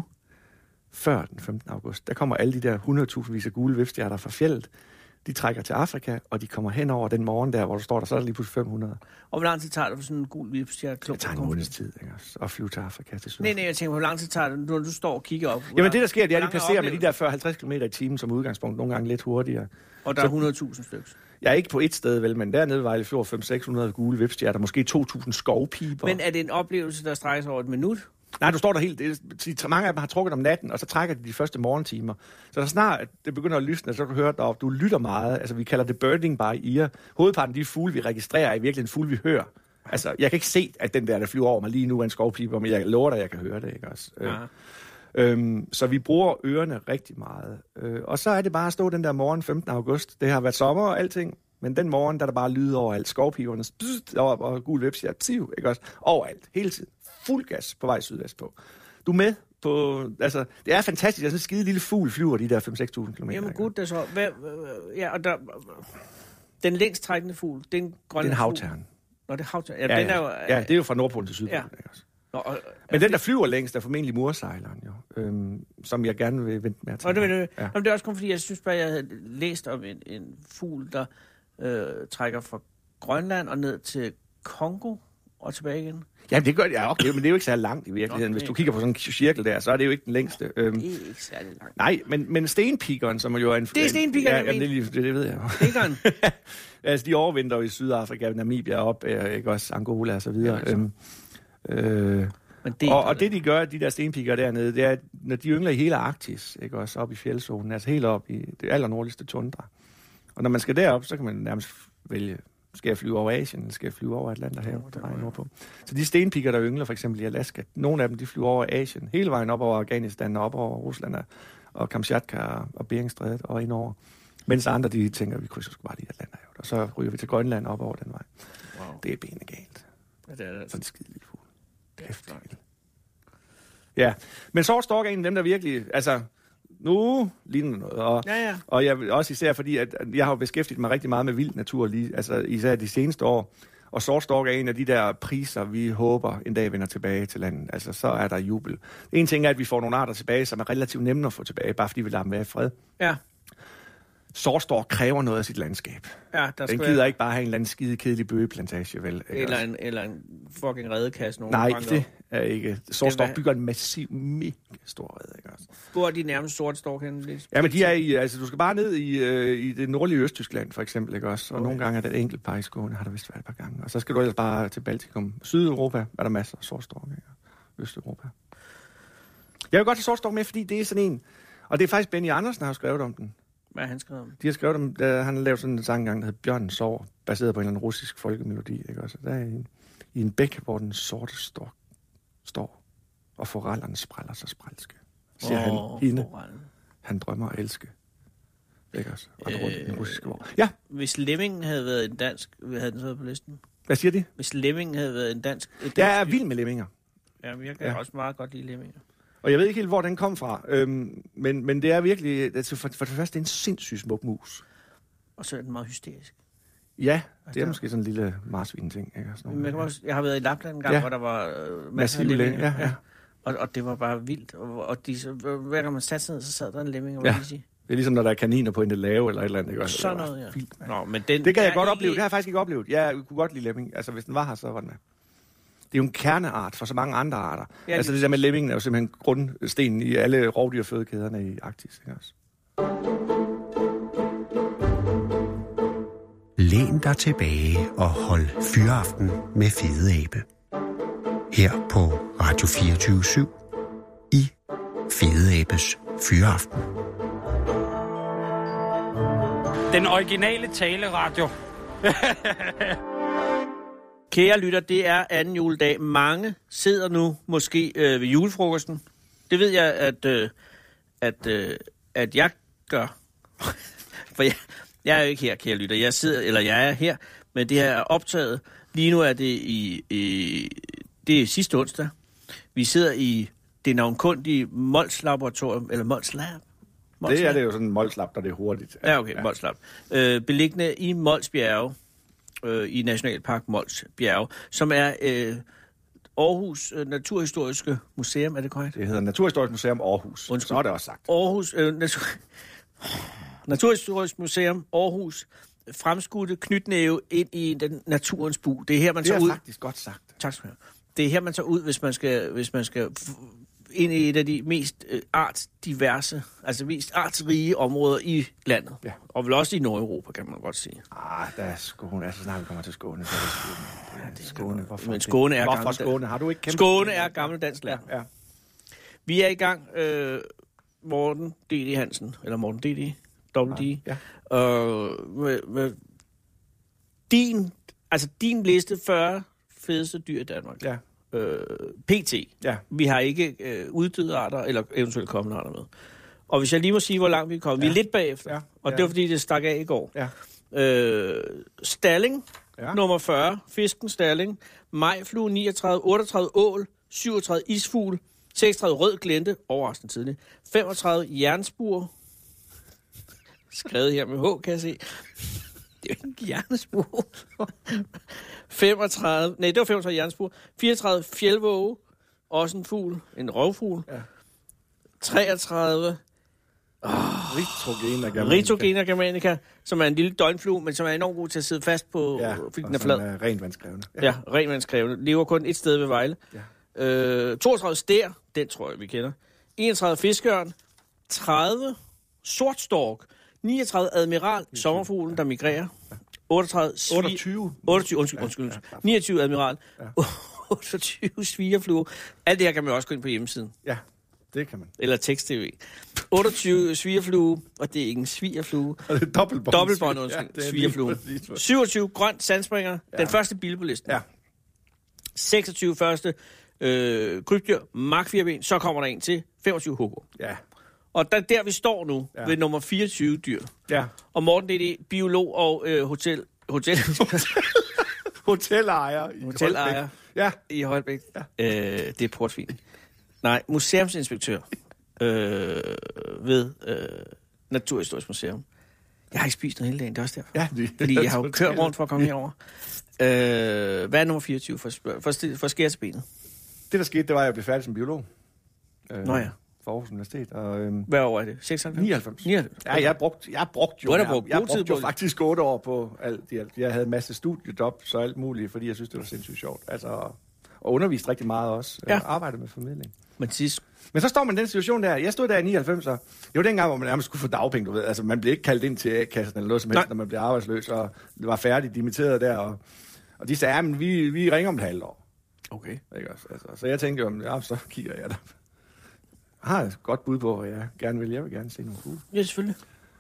Før den 15. august. Der kommer alle de der 100.000 vis af gule vipstjerter fra fjeldet. De trækker til Afrika, og de kommer hen over den morgen der, hvor du står der, så er der lige pludselig 500. Og hvor lang tid tager det for sådan en gul vipstjert? Det tager en måneds tid, ikke? Og flyve til Afrika til syd. Nej, jeg tænker, hvor lang tid tager det, når du står og kigger op? Jamen det, der sker, det er, at de passerer med de der 40-50 km i timen som udgangspunkt, nogle gange lidt hurtigere. Og der er 100.000 stykker? Ja, ikke på et sted, vel, men dernede var det 500-600 gule vipstjerter, måske 2.000 skovpiber. Men er det en oplevelse, der strækker sig over et minut? Nej, du står der helt... Mange af dem har trukket om natten, og så trækker de første morgentimer. Så der snart det begynder at lysne, så kan du høre deroppe, du lytter meget. Altså, vi kalder det birding by ear. Hovedparten af de fugle, vi registrerer, er virkelig en fugle, vi hører. Altså, jeg kan ikke se, at den der flyver over mig lige nu er en skovpiber, men jeg lover dig, at jeg kan høre det, ikke også? Ja. Så vi bruger ørerne rigtig meget. Og så er det bare at stå den der morgen 15. august. Det har været sommer og alting. Men den morgen, der bare lyder overalt. Skovpiberne og gul vipstjert, ikke også? Overalt, hele tiden. Fuld gas på vej sydvest på. Du er med altså, det er fantastisk. Der er sådan en skide lille fugl flyver de der 5-6.000 kilometer. Jamen gud, det er så... og der... Den længst trækkende fugl, det er en grønne. Det er en havtern. Nå, det er havtern. Ja, den er jo, det er jo fra Nordpolen til Sydpolen. Ja. Ikke? Nå, men den, der flyver længst, er formentlig mursejleren, jo. Som jeg gerne vil vente med at tage. Det er også kun fordi, jeg synes bare, jeg havde læst om en fugl, der trækker fra Grønland og ned til Kongo og tilbage igen. Ja, det gør det, okay, men det er jo ikke særlig langt i virkeligheden. Hvis du kigger på sådan en cirkel der, så er det jo ikke den længste. Det er ikke særlig langt. Nej, men stenpigeren, som jo er en... Det er stenpigeren, det ved jeg jo. Pigeren? Altså, de overvinter i Sydafrika, Namibia op, ikke også Angola og så videre. Og det, de gør, de der stenpigere dernede, det er, at når de yngler i hele Arktis, ikke også, op i fjellzonen, altså helt op i det allernordligste tundra. Og når man skal derop, så kan man nærmest vælge, skal jeg flyve over Asien, eller skal jeg flyve over Atlanterhavet, der vejen nordpå. Så de stenpigere, der yngler for eksempel i Alaska, nogle af dem, de flyver over Asien, hele vejen op over Afghanistan, op over Rusland og Kamchatka og Beringstrædet og indover. Mens andre, de tænker, vi krydser sgu bare lige Atlanterhavet, og så ryger vi til Grønland op over den vej. Wow. Det er benene galt. Ja, det er det. Sådan en skide lille fugl. Kæft. Ja, men sort stork er en af dem, der virkelig, altså, nu ligner noget. Og jeg vil også især, fordi at jeg har beskæftiget mig rigtig meget med vild natur, lige, altså især de seneste år. Og sort stork er en af de der priser, vi håber en dag vender tilbage til landet. Altså, så er der jubel. En ting er, at vi får nogle arter tilbage, som er relativt nemme at få tilbage, bare fordi vi lader dem være i fred. Ja. Sortstork kræver noget af sit landskab. Ja, den gider ikke bare have en eller anden skide kedelig bøgeplantage, vel? Eller en fucking redekasse. Nej, det er ikke. Sortstork bygger en massiv, mega stor rede, ikke også? Hvor er de nærmest sortstork henne? Ja, men de er i, altså du skal bare ned i det nordlige Østtyskland, for eksempel, ikke også? Og nogle gange er der et enkelt par i Skåne, har der vist været et par gange. Og så skal du ellers bare til Baltikum. Sydeuropa er der masser af sortstork, ikke? Østeuropa. Jeg vil godt have sortstork med, fordi det er sådan en, og det er faktisk Benny Andersen, der har skrevet om den. Hvad har han skrevet om? De har skrevet om, han har lavet sådan en sang engang, der hedder Bjørnen sover, baseret på en eller anden russisk folkemelodi, ikke også? Der er i en bæk, hvor den sorte stork står, og forellerne spræller sig sprælske. Siger han hende. Han drømmer at elske. Ikke også? Og rundt i den russiske vor. Ja. Hvis Lemmingen havde været en dansk, havde den så været på listen? Hvad siger de? Hvis Lemmingen havde været en dansk... Jeg er vild med lemminger. Ja, men jeg kan også meget godt lide lemminger. Og jeg ved ikke helt, hvor den kom fra, men det er virkelig, altså for det første, det er en sindssygt smuk mus. Og så er den meget hysterisk. Ja, det er måske sådan en lille marsvin-ting. Ikke? Jeg har været i Lapland en gang, hvor der var masser af lemminger. Ja. Og det var bare vildt. Og hver gang man satte sig ned, så sad der en lemming. Ja. Det er ligesom, når der er kaniner på en lave eller et eller andet. Ikke? Sådan noget, ja. Vildt, nå, men det kan jeg godt opleve. Det har jeg faktisk ikke oplevet. Jeg kunne godt lide lemming. Altså, hvis den var her, så var den med. Det er jo en kerneart for så mange andre arter. Ja, altså det der med lemmingen er jo simpelthen grundstenen i alle rovdyrfødekæderne i Arktis. Ikke også? Læn dig tilbage og hold fyraften med Fede Abe. Her på Radio 24/7 i Fede Abes Fyraften. Den originale taleradio. Kære lytter, det er anden juledag. Mange sidder nu måske ved julefrokosten. Det ved jeg, at jeg gør. For jeg er jo ikke her, kære lytter. Jeg er her, men det her er optaget. Lige nu er det det er sidste onsdag. Vi sidder i det navnkundige Mols Laboratorium, eller Mols Lab. Det er det jo sådan en Mols Lab, der det er hurtigt. Ja, okay, Mols Lab. Beliggende i Mols Bjerge. I Nationalpark Mols Bjerge, som er Aarhus Naturhistoriske Museum, er det korrekt? Det hedder Naturhistorisk Museum Aarhus. Undskyld. Så er det også sagt. Aarhus Naturhistorisk Museum Aarhus fremskudte knytnæve ind i den naturens bu. Det er her man tager ud. Det er faktisk godt sagt. Tak skal du have. Det er her man tager ud, hvis man skal ind i et af de mest artsdiverse, altså mest artsrige områder i landet. Ja. Og vel også i Nordeuropa, kan man godt sige. Der er Skåne. Altså snart vi kommer til Skåne, så er det Skåne. Hvorfor? Men Skåne er gammel. Skåne? Har du ikke kæmpe? Skåne er gammel dansk land. Ja. Vi er i gang, Morten D.D. Hansen, eller Morten D.D. W.D. Ja. Med din liste 40 fedeste dyr i Danmark. Ja. PT. Ja. Vi har ikke uddøde arter, eller eventuelt kommende arter med. Og hvis jeg lige må sige, hvor langt vi er kommet. Vi er lidt bagefter, og det var fordi, det stak af i går. Ja. Stalling, nummer 40. Fisken Stalling. Majflue 39, 38 ål, 37 isfugl, 36 rød glente, overraskende tidligt. 35 jernspur, skrevet her med H, kan jeg se. Det er jo ikke jernspur. 35 jernspur. 34 fjeldvåge, også en fugl, en rovfugl. Ja. 33 Ritrogener germanica, som er en lille døgnflue, men som er enormt god til at sidde fast på, fordi den er flad. Ja, renvandskrævende. Ja, renvandskrævende. Lever kun et sted ved Vejle. Ja. 32 stær, den tror jeg, vi kender. 31 fiskeørn. 30 sortstork. 39 admiral, sommerfuglen, der migrerer. 29, 29 admiral. 28 svigerflue. Alt det her kan man også gå ind på hjemmesiden. Ja. Det kan man. Eller tekst-tv. 28 svigerflue, og det er ikke en svigerflue. Og det er dobbeltbånd, svigerflue. 27 grønt sandspringer, den første bil på listen. Ja. 26 første krybdyr, Mark 4-ben, så kommer der en til 25 hugo. Ja. Og der vi står nu, ved nummer 24 dyr. Ja. Og Morten, det er biolog og hotelejer i Holbæk. Ja. Det er portvin. Nej, museumsinspektør ved Naturhistorisk Museum. Jeg har ikke spist noget hele dagen, det er også derfor. Ja, fordi jeg har jo kørt rundt for at komme herover. Hvad er nummer 24 for skære til benet? Det, der skete, det var, at jeg blev færdig som biolog. Nå ja. For Aarhus Universitet. Hvad år er det? 96? 99. Ja, jeg brugte jo faktisk 8 år på alt. Jeg havde en masse studiejob, så alt muligt, fordi jeg synes, det var sindssygt sjovt. Altså, og underviste rigtig meget også. Ja. Arbejdede med formidling. Men så står man i den situation der. Jeg stod der i 99, og det var dengang, hvor man nærmest skulle få dagpenge, du ved. Altså, man blev ikke kaldt ind til A-kassen eller noget som helst, når man blev arbejdsløs, og det var færdigt dimitteret der, og de sagde, men vi ringer om et halvt år. Okay. Ikke også? Altså, så jeg tænkte jo, så kigger jeg der. Jeg har et godt bud på, hvad jeg gerne vil. Jeg vil gerne se nogle fugle. Ja, selvfølgelig.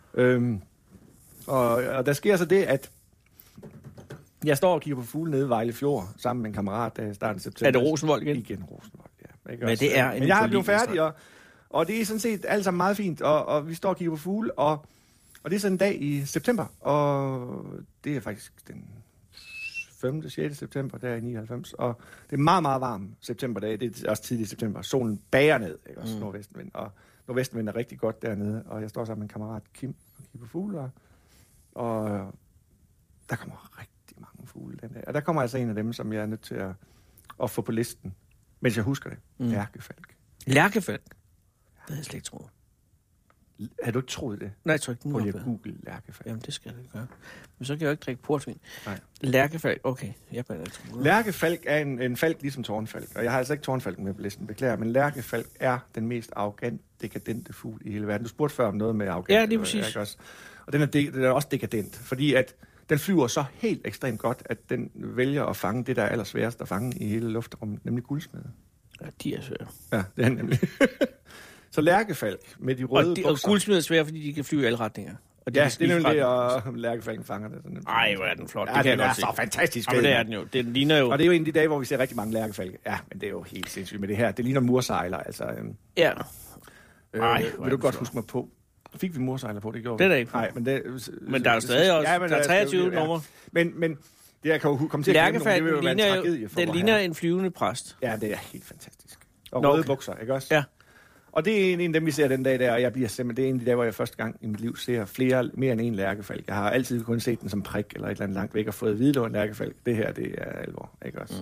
Og der sker så det, at jeg står og kigger på fugle nede i Vejle Fjord, sammen med en kammerat, der starten september. Er det Rosenvold igen? Igen Rosenvold, ja. Ikke men også? Det er men jeg er blevet færdig, og det er sådan set alt sammen meget fint, og vi står og kigger på fugle, og det er sådan en dag i september, og det er faktisk den 5. 6. september, der i 99, og det er meget, meget varm septemberdag, det er også tidlig september, solen bager ned, ikke? Også nordvestenvind, og nordvestenvind er rigtig godt dernede, og jeg står sammen med en kammerat, Kim, og kigger på fugle, og der kommer rigtig mange fugle den dag, og der kommer altså en af dem, som jeg er nødt til at få på listen, mens jeg husker det, lærkefalk. Lærkefalk? Det havde jeg slet ikke troet. Har du ikke troet det? Nej, jeg tror ikke. Prøv lige at google lærkefalk. Jamen, det skal jeg gøre. Men så kan jeg jo ikke drikke portvin. Nej. Lærkefalk, okay. Jeg bare ikke troet. Lærkefalk er en falk ligesom tårnfalk. Og jeg har altså ikke tårnfalken med på listen, beklager. Men lærkefalk er den mest arrogant, dekadente fugl i hele verden. Du spurgte før om noget med arrogant. Ja, det er præcis. Også. Og den er også dekadent, fordi at den flyver så helt ekstremt godt, at den vælger at fange det, der er allersværest at fange i hele luftrummet, nemlig guldsmede. Ja, de er svære. Ja, det er nemlig. Så lærkefalk med de røde bukser. Og guldsmede er svære, fordi de kan flyve i alle retninger. Og det er nemlig det, og lærkefalken fanger det. Ej, hvor er den flot. Ja, det er så fantastisk. Ja, men det er den jo. Det ligner jo. Og det er jo en af de dage, hvor vi ser rigtig mange lærkefalke. Ja, men det er jo helt sindssygt med det her. Det ligner mursejler, altså. Ja. Vil du godt huske mig på? Fik vi mursejler på? Det gjorde det er det ikke. Nej, men der er jo stadig også. Ja, der er 23 numre. Men det jeg kan jo komme til at glemme, det vil jo være en tragedie for mig. Den ligner en flyvende præst. Ja, det er helt fantastisk. Og røde bukser, ikke også? Ja. Og det er en af dem, vi ser den dag der, og jeg bliver simpelthen, det er en af de dage, hvor jeg første gang i mit liv ser mere end en lærkefalk. Jeg har altid kun set den som prik, eller et eller andet langt væk, og fået at vide, det var en lærkefalk. Det her, det er alvor, ikke også?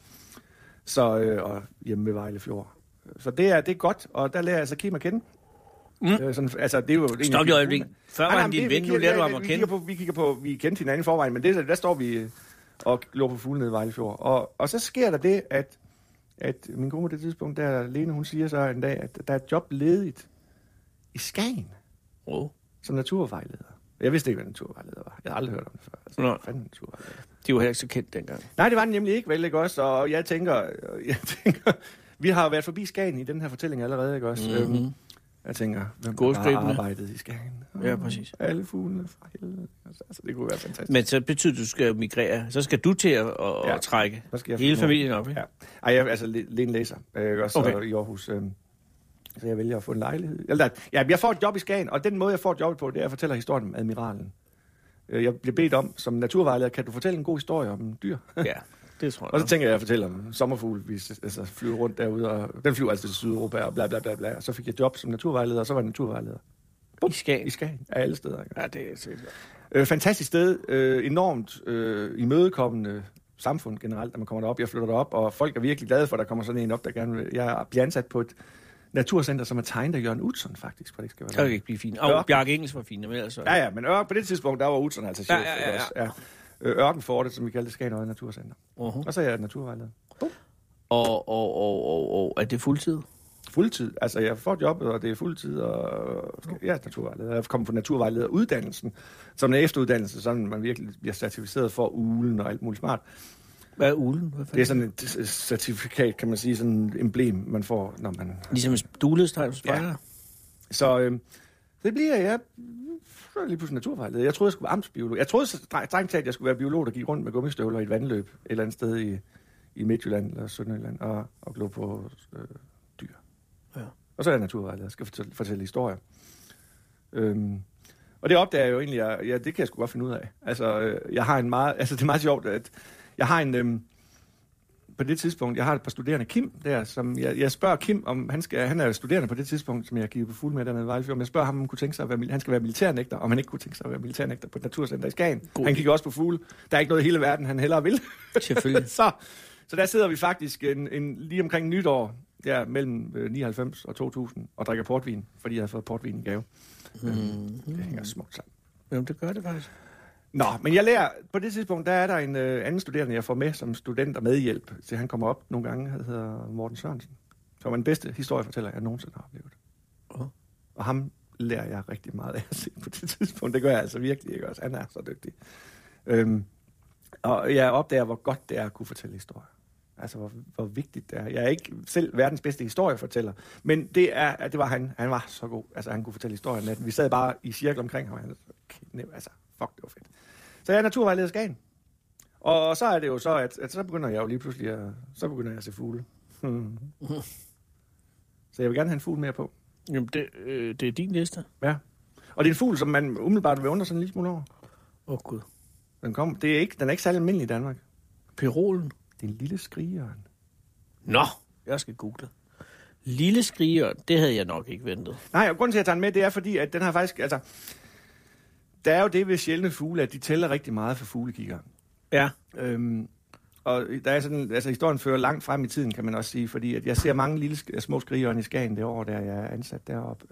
Og hjemme ved Vejle Fjord. Så det er godt, og der lærer jeg altså Kim at kende. Sådan, altså, det er jo stop lige øjeblik. Før var han din ven, nu lærer du ham at kende. Vi kendte hinanden i forvejen, men der står vi og lå på fugle nede i Vejle Fjord. Og så sker der det, at min kone på det tidspunkt, der Lene, hun siger så en dag, at der er et job ledigt i Skagen som naturvejleder. Jeg vidste ikke, hvad naturvejleder var. Jeg har aldrig hørt om det før. Altså, hvad fanden naturvejleder? De var heller ikke så kendt dengang. Nej, det var den nemlig ikke, vel, ikke også? Og jeg tænker, vi har været forbi Skagen i den her fortælling allerede, ikke også? Jeg tænker, hvem har arbejdet i Skagen? Ja, præcis. Alle fuglene fra helvede. Altså, det kunne være fantastisk. Men så betyder du skal migrere. Så skal du til at trække hele familien op, ikke? Ja. Ej, altså, Lene læser. Også i Aarhus. Så jeg vælger at få en lejlighed. Jeg får et job i Skagen, og den måde, jeg får et job på, det er at fortælle historien om admiralen. Jeg bliver bedt om, som naturvejleder, kan du fortælle en god historie om dyr? Ja. Det tror jeg. Og så tænker jeg at fortælle om sommerfugl, vi flyver rundt derude, og den flyver altså til Sydeuropa, og bla bla bla bla. Og så fik jeg job som naturvejleder, og så var jeg naturvejleder. I Skagen? I Skagen, af alle steder. Ikke? Ja, det er sikkert. Fantastisk sted, enormt imødekommende samfund generelt, når man kommer derop. Jeg flytter derop, og folk er virkelig glade for, at der kommer sådan en op, der gerne vil. Jeg bliver ansat på et naturcenter, som er tegnet af Jørgen Utzon, faktisk, for det skal være. Det kan ikke blive fint. Og Bjarke Engels var fint, men altså. Ja, men på det tidspunkt, der var Utzon altså chef. Ja. Ørkenfortet, som vi kalder det, Skagen Naturcenter. Og så er jeg naturvejleder. Og er det fuldtid? Fuldtid. Altså, jeg får jobbet, og det er fuldtid, og jeg er naturvejleder. Jeg kommer på naturvejlederuddannelsen, som en efteruddannelse, sådan man virkelig bliver certificeret for ulen og alt muligt smart. Hvad er ulen? Det er sådan et certifikat, kan man sige, sådan et emblem, man får, når man... Ligesom et duelestegn, ja. Så det bliver jeg lige pludselig naturvejleder. Jeg troede, jeg skulle være amtsbiolog. Jeg troede strengt talt, jeg skulle være biolog, der gik rundt med gummistøvler i et vandløb et eller andet sted i Midtjylland eller Sønderjylland og glo på dyr. Ja. Og så er jeg naturvejleder. Jeg skal fortælle historier. Og det opdager jeg jo egentlig, det kan jeg sgu godt finde ud af. Altså, jeg har en meget... Altså, det er meget sjovt, at jeg har en... på det tidspunkt, jeg har et par studerende, Kim, der, som jeg spørger Kim, om han er jo studerende på det tidspunkt, som jeg gik på fuld med dernede i Vejlefjord, men jeg spørger ham, om han kunne tænke sig at være, han skal være militærnægter, om han ikke kunne tænke sig at være militærnægter på et naturcenter i Skagen. God. Han kigger også på fugle. Der er ikke noget i hele verden, han hellere vil. Selvfølgelig. så der sidder vi faktisk lige omkring nytår, mellem 99 og 2000, og drikker portvin, fordi jeg har fået portvin i gave. Det hænger smukt sammen. Jamen, det gør det faktisk. Nå, men jeg lærer, på det tidspunkt, der er der en anden studerende, jeg får med som student og medhjælp, til han kommer op nogle gange, han hedder Morten Sørensen, som er den bedste historiefortæller, jeg nogensinde har oplevet. Og ham lærer jeg rigtig meget af at se på det tidspunkt. Det gør jeg altså virkelig, ikke også? Han er så dygtig. Og jeg opdager, hvor godt det er at kunne fortælle historier. Altså, hvor vigtigt det er. Jeg er ikke selv verdens bedste historiefortæller, men det var han. Han var så god. Altså, han kunne fortælle historier. Vi sad bare i cirkel omkring ham. Altså, fuck, det var fedt. Så jeg er naturvejleder i Skagen. Og så er det jo så, at så begynder jeg jo lige pludselig at se fugle. Så jeg vil gerne have en fugl mere på. Jamen, det er din liste. Ja. Og det er en fugl, som man umiddelbart vil undre sådan en lille smule over. Gud. Den er ikke særlig almindelig i Danmark. Pirolen? Det er en lille skrigeørn. Nå, jeg skal google. Lille skrigeørn, det havde jeg nok ikke ventet. Nej, og grunden til, at jeg tager den med, det er fordi, at den har faktisk, altså... Der er jo det ved sjældne fugle, at de tæller rigtig meget for fuglekiggeren. Ja. Og der er sådan, altså historien fører langt frem i tiden, kan man også sige, fordi at jeg ser mange små skrigeørn i Skagen det år, der jeg er ansat deroppe.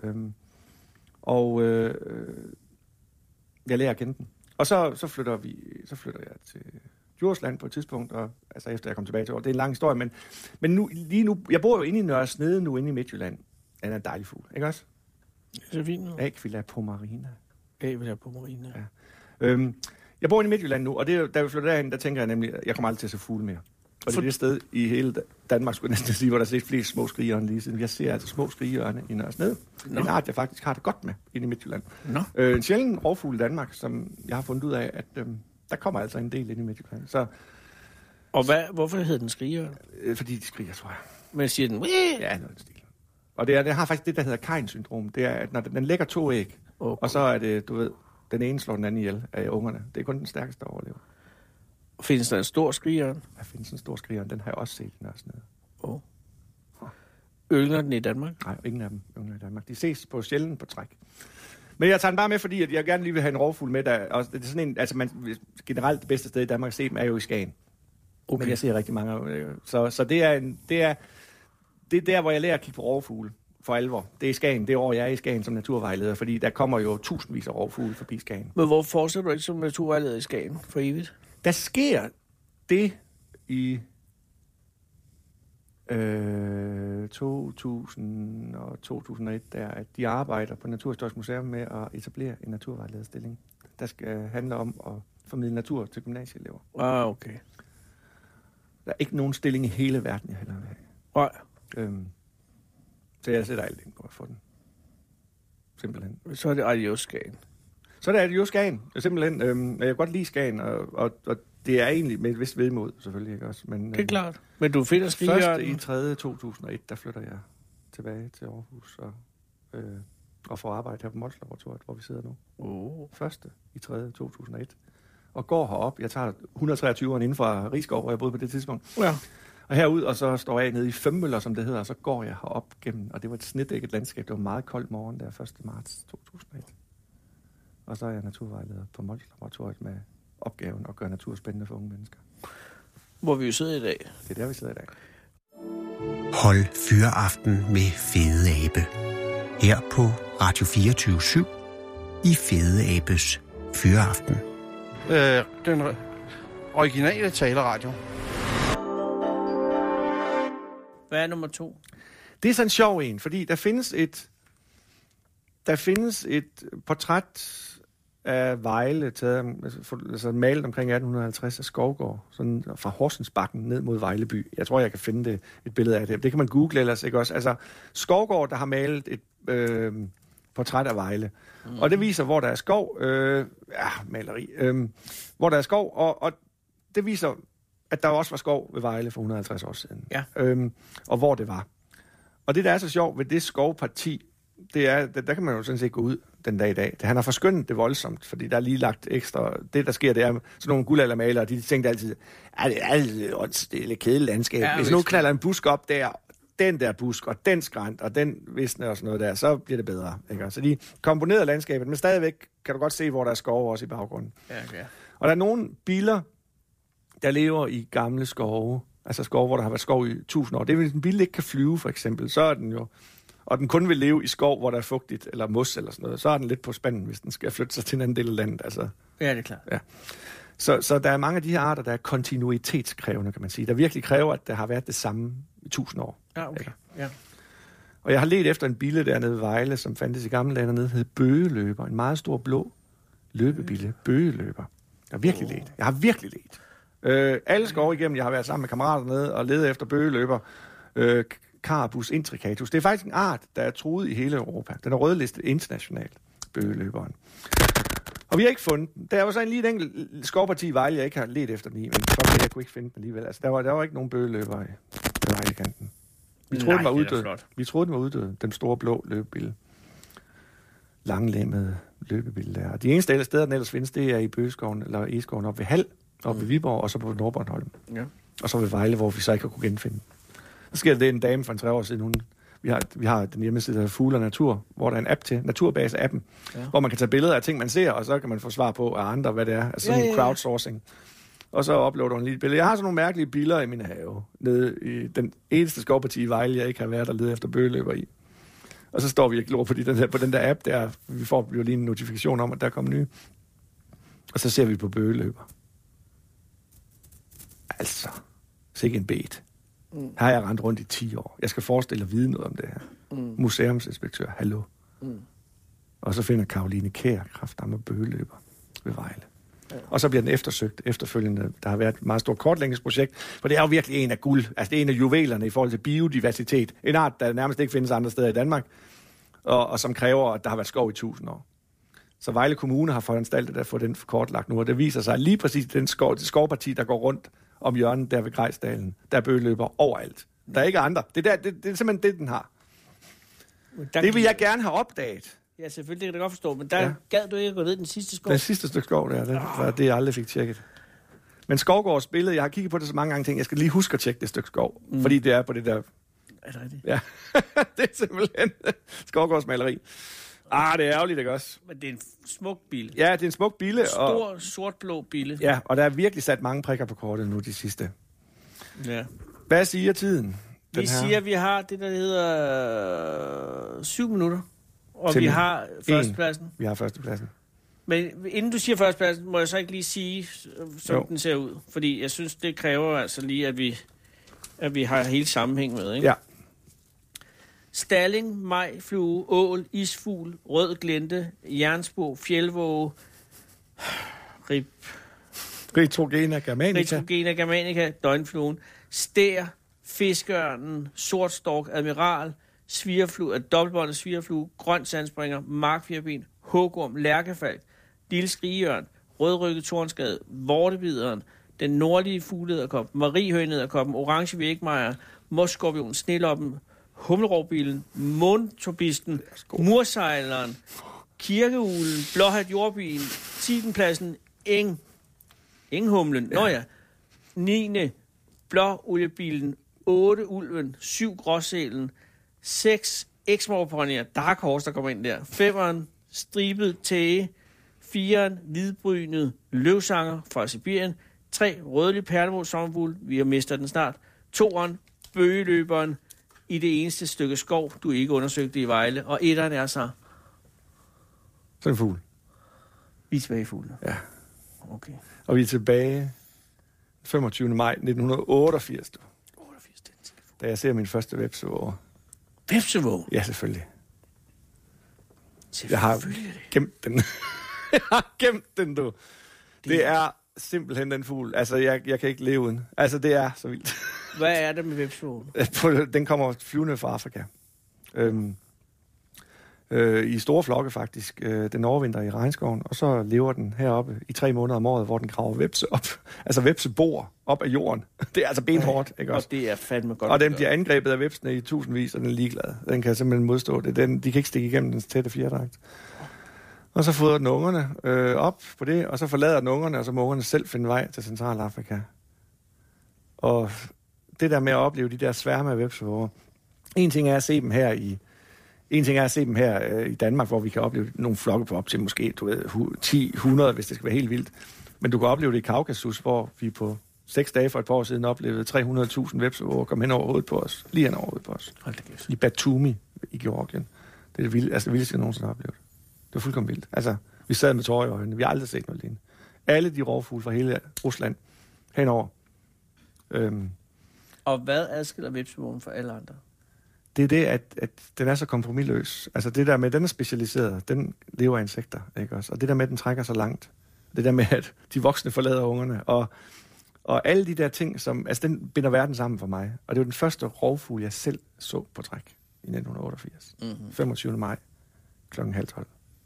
Jeg lærer at kende den. Og så flytter jeg til Djursland på et tidspunkt, og altså efter jeg kom tilbage til år. Det er en lang historie, men lige nu, jeg bor jo inde i Nørre Snede nu, inde i Midtjylland. Den er en dejlig fugl, ikke også? Det er så fint nu. Aquila pomarina. Aquila pomarina. Ja. Jeg bor inde i Midtjylland nu, og da vi flytter derhen, der tænker jeg nemlig, at jeg kommer aldrig til at se fugle mere. Og det er det sted i hele Danmark, skulle jeg næsten sige, hvor der er set flest små skrigeørne lige siden. Jeg ser altså små skrigeørne i Nørre Snede. En art, jeg faktisk har det godt med inde i Midtjylland. En sjælden rovfugl i Danmark, som jeg har fundet ud af, at der kommer altså en del inde i Midtjylland. Så, og hvorfor hedder den skrigeørn? Fordi de skriger, tror jeg. Men siger den... Ja, noget stil. Og det har faktisk det, der hedder Kain-syndrom. Det er, at når den lægger 2 æg, og så er det, du ved, den ene slår den anden ihjel af ungerne. Det er kun den stærkeste, der overlever. Findes der en stor skrigeørn? Der findes en stor skrigeørn. Den har jeg også set i Nørre Snede. Yngler den i Danmark? Nej, ingen af dem yngler i Danmark. De ses på sjældent på træk. Men jeg tager den bare med, fordi at jeg gerne lige vil have en rovfugl med. Og det er sådan en, altså generelt det bedste sted i Danmark at se dem er jo i Skagen. Okay. Men jeg ser rigtig mange. Så det er der, hvor jeg lærer at kigge på rovfugle for alvor. Det er i Skagen. Det år, jeg er i Skagen som naturvejleder, fordi der kommer jo tusindvis af rovfugle forbi Skagen. Men hvor fortsætter du ikke som naturvejleder i Skagen for evigt? Der sker det i 2000 og 2001, der, at de arbejder på Naturhistorisk Museum med at etablere en naturvejlederstilling, der skal handle om at formidle natur til gymnasieelever. Okay. Der er ikke nogen stilling i hele verden, jeg heller vil have. Så jeg sætter alt ind på at få den. Simpelthen. Så er det Adios Skagen. Så er det Adios Skagen. Simpelthen. Jeg kan godt lide Skagen, og det er egentlig med et vist vedmod, selvfølgelig ikke også. Men, det er klart. Men du finder skrigeørnen. Først i 2001, der flytter jeg tilbage til Aarhus og får arbejde her på Molslaboratoriet, hvor vi sidder nu. Første i 2001. og går herop. Jeg tager 123'eren inden fra Rigskov, hvor jeg boede på det tidspunkt. Ja. Og herud, og så står jeg nede i Femmøller, som det hedder, og så går jeg herop gennem, og det var et snedækket landskab. Det var meget koldt morgen der 1. marts 2001. Og så er jeg naturvejleder på Mols Laboratoriet med opgaven at gøre natur spændende for unge mennesker. Hvor vi jo sidder i dag. Det er der, vi sidder i dag. Hold Fyraften med Fede Abe. Her på Radio 24/7 i Fede Abes Fyraften. Den originale taleradio. Hvad er nummer 2? Det er sådan en sjov en, fordi der findes et portræt af Vejle, altså malet omkring 1850 af Skovgård, sådan fra Horsensbakken ned mod Vejleby. Jeg tror, jeg kan finde et billede af det. Det kan man google ellers, ikke også? Altså, Skovgård, der har malet et portræt af Vejle. Mm. Og det viser, hvor der er skov. Maleri. Hvor der er skov, og det viser, at der også var skov ved Vejle for 150 år siden. Ja. Og hvor det var. Og det, der er så sjovt ved det skovparti, det er, der kan man jo sådan set gå ud den dag i dag. Han har forskyndet det voldsomt, fordi der er lige lagt ekstra. Det, der sker, det er sådan nogle guldaldermalere, de tænkte altid, det er altid et kedeligt landskab. Ja, hvis nu knalder en busk op der, den der busk, og den skrænt, og den visne og sådan noget der, så bliver det bedre. Ikke? Så de komponerede landskabet, men stadigvæk kan du godt se, hvor der er skove også i baggrunden. Ja, okay. Og der er nogle biller, der lever i gamle skove, altså skove, hvor der har været skov i 1000 år. Det er, hvis en bille ikke kan flyve, for eksempel, så er den jo, og den kun vil leve i skov, hvor der er fugtigt, eller mos eller sådan noget, så er den lidt på spanden, hvis den skal flytte sig til en anden del af landet. Altså. Ja, det er klart. Ja. Så der er mange af de her arter, der er kontinuitetskrævende, kan man sige. Der virkelig kræver, at der har været det samme i 1000 år. Ja, okay. Ja. Og jeg har let efter en bille dernede ved Vejle, som fandtes i gamle dage dernede, hed bøgeløber. En meget stor blå løbebille. Bøgeløber. Jeg har virkelig let. Jeg har virkelig let. Alle skove igennem, jeg har været sammen med kammerater nede og ledet efter bøgeløber. Carabus intricatus. Det er faktisk en art, der er truet i hele Europa. Den er rødlistet internationalt, bøgeløberen. Og vi har ikke fundet den. Der var så en lige enkelt skovparti i Vejle, jeg ikke har let efter den i, men jeg kunne ikke finde den alligevel. Altså, der var ikke nogen bøgeløber i Vejlekanten. Vi troede, den var uddød. Vi troede, den var uddød. Den store blå løbebille. Langlemmede løbebille der. Og de eneste steder, den ellers findes, det er i Bøgeskoven, eller Egeskoven op ved Hald, op ved Viborg, og så på Nordbornholm. Ja. Og så ved Vejle, hvor vi så ikke har kunne genfinde. Så sker det en dame for 3 år siden, vi har den hjemmeside, der hedder Fugle og Natur, hvor der er en app til, Naturbase-appen, hvor man kan tage billeder af ting, man ser, og så kan man få svar på af andre, hvad det er. Altså sådan en crowdsourcing. Og så uploader hun lige et billede. Jeg har sådan nogle mærkelige billeder i min have, nede i den eneste skovparti i Vejle, jeg ikke har været der lede efter bøgeløber i. Og så står vi og glor på den der app der. Vi får jo lige en notifikation om, at der kommer nye. Og så ser vi på bøgeløber. Altså, sikke en bet. Her har jeg rendt rundt i 10 år. Jeg skal forestille at vide noget om det her. Museumsinspektør, hallo. Og så finder Karoline Kjær kraftedeme bøgeløber ved Vejle. Ja. Og så bliver den eftersøgt efterfølgende. Der har været et meget stort kortlægningsprojekt, for det er jo virkelig en af guld. Altså det er en af juvelerne i forhold til biodiversitet. En art, der nærmest ikke findes andre steder i Danmark, og som kræver, at der har været skov i 1000 år. Så Vejle Kommune har foranstaltet at få den kortlagt nu, og det viser sig lige præcis det skovparti, der går rundt om hjørnet der ved Grejsdalen. Der er bøgeløber overalt. Der er ikke andre. Det er simpelthen det, den har. Det vil jeg gerne have opdaget. Ja, selvfølgelig, det kan jeg godt forstå, men der gad du ikke at gå ned den sidste skov? Den sidste stykke skov, det var det, jeg aldrig fik tjekket. Men Skovgårds billede, jeg har kigget på det så mange gange, jeg skal lige huske at tjekke det stykke skov, fordi det er på det der... Er det rigtigt? Ja, det er simpelthen Skovgårds maleri. Det er ærgerligt, ikke også? Men det er en smuk bille. Ja, det er en smuk bille. Stor, sort-blå bille. Ja, og der er virkelig sat mange prikker på kortet nu, de sidste. Ja. Hvad siger tiden? Vi siger, at vi har det, der hedder 7 minutter. Og vi har førstepladsen. Vi har førstepladsen. Men inden du siger førstepladsen, må jeg så ikke lige sige, som den ser ud. Fordi jeg synes, det kræver altså lige, at vi har hele sammenhæng med, ikke? Ja. Stalling, majflue, ål, isfugl, rød glente, jernspor, fjeldvåge, Retrogena germanica, døgnfluen, stær, fiskeørnen, sortstork, admiral, svirflue, dobbeltbåndet svirflue, grøn sandspringer, markfjerben, hugorm, lærkefalk, lille skrigeørn, rødrygget tornskade, vortebideren, den nordlige fuglederkop, mariehønederkoppen, orange vægmejer, mosskorpion, sneloppen, hummelrovbilen, månturbisten, mursejleren, kirkeuglen, blåhat jordbilen, tidenpladsen, eng, Ingen humlen. Ja. Nå ja. 9. Blåoliebilen. 8 ulven. 7 gråsælen. 6 eksmorponier. Dark Horse, der kommer ind der. 5'eren. Stribet tæge. 4'eren. Hvidbrynet løvsanger fra Sibirien. 3. Rødlig perlemor sommerfugl. Vi har mistet den snart. 2'eren. Bøgeløberen. I det eneste stykke skov, du ikke undersøgte i Vejle. Og 1'eren er så... Sådan en fugl. Vi er tilbage i fuglene. Ja. Okay. Og vi er tilbage 25. maj 1988. 88, da jeg ser min første vepsevåge. Vepsevåge? Ja, selvfølgelig. Jeg har gemt den. Jeg har gemt den, du. Det er simpelthen den fugl. Altså, jeg kan ikke leve uden. Altså, det er så vildt. Hvad er det med vepsevågen? Den kommer flyvende fra Afrika. I store flokke faktisk. Den overvinter i regnskoven, og så lever den heroppe i 3 måneder om året, hvor den graver vepse op. Altså vepsebor op af jorden. Det er altså benhårdt, ikke også? Og det er fandme godt. Og den bliver angrebet af vepsene i tusindvis, og den er ligeglad. Den kan simpelthen modstå det. De kan ikke stikke igennem dens tætte fjerdragt. Og så fodrer den ungerne op på det, og så forlader den ungerne, og så må ungerne selv finde vej til Centralafrika. Og det der med at opleve de der sværme af vepsevåger. En ting er at se dem her i Danmark, hvor vi kan opleve nogle flokke på op til måske 10-100, hvis det skal være helt vildt. Men du kan opleve det i Kaukasus, hvor vi på 6 dage for et par år siden oplevede 300.000 vepsevåger komme hen over hovedet på os. Lige hen over hovedet på os. I Batumi i Georgien. Det er det vildeste, jeg nogensinde har oplevet. Det var fuldkommen vildt. Altså, vi sad med tårer i øjnene. Vi har aldrig set noget lignende. Alle de rovfugle fra hele Rusland henover. Og hvad adskiller vepsevågen fra alle andre? Det er det, at den er så kompromisløs. Altså det der med, at den er specialiseret, den lever af insekter, ikke også? Og det der med, at den trækker så langt. Det der med, at de voksne forlader ungerne. Og alle de der ting, som... Altså den binder verden sammen for mig. Og det var den første rovfugl, jeg selv så på træk i 1988. 25. maj kl. 11:30.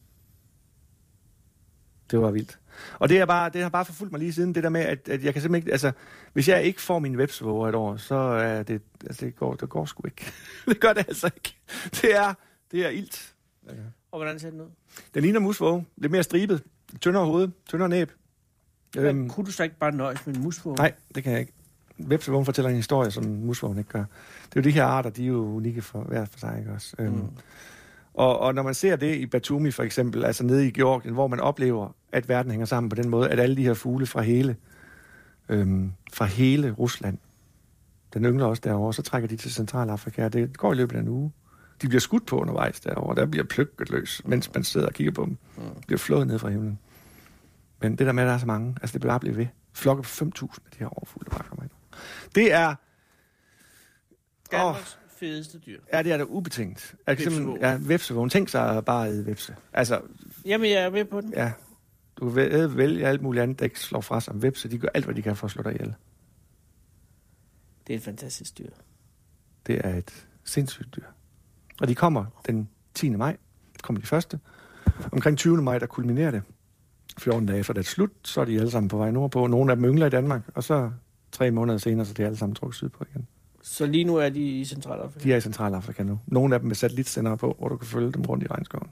Det var vildt. Og det har bare forfulgt mig lige siden, det der med, at jeg kan simpelthen ikke... Altså, hvis jeg ikke får mine vepsevåger et år, så er det... Altså, det går sgu ikke. Det gør det altså ikke. Det er ildt. Ja. Og hvordan ser den ud? Den ligner musvåge. Lidt mere stribet. Tyndere hoved. Tyndere næb. Kunne du så ikke bare nøjes med en musvåge? Nej, det kan jeg ikke. Vepsevågen fortæller en historie, som musvågen ikke gør. Det er jo de her arter, de er jo unikke for hver for sig, ikke også? Og når man ser det i Batumi for eksempel, altså nede i Georgien, hvor man oplever, at verden hænger sammen på den måde, at alle de her fugle fra hele Rusland, den yngler også derovre, så trækker de til Centralafrika, og det går i løbet af en uge. De bliver skudt på undervejs derovre, der bliver plukket løs, mens man sidder og kigger på dem. De bliver flået ned fra himlen. Men det der med, at der er så mange, altså det bliver bare blive ved. Flokke på 5.000 af de her overfugle, der bare kommer ind. Det er... Danmarks fedeste dyr. Ja, det er da ubetænkt. Vepsevågen. Tænk sig bare at vepse. Altså... Jamen, jeg er med på den. Ja. Du kan vælge alt muligt andet, der ikke slår fra sig. Vepse, de gør alt, hvad de kan for at slå dig ihjel. Det er et fantastisk dyr. Det er et sindssygt dyr. Og de kommer den 10. maj. Kommer de første. Omkring 20. maj, der kulminerer det. 14 dage efter det er slut, så er de alle sammen på vej nordpå. Nogle af dem yngler i Danmark, og så 3 måneder senere, så er de alle sammen trukket sydpå igen. Så lige nu er de i Centralafrika? De er i Centralafrika nu. Nogle af dem med satellitsendere på, hvor du kan følge dem rundt i regnskoven.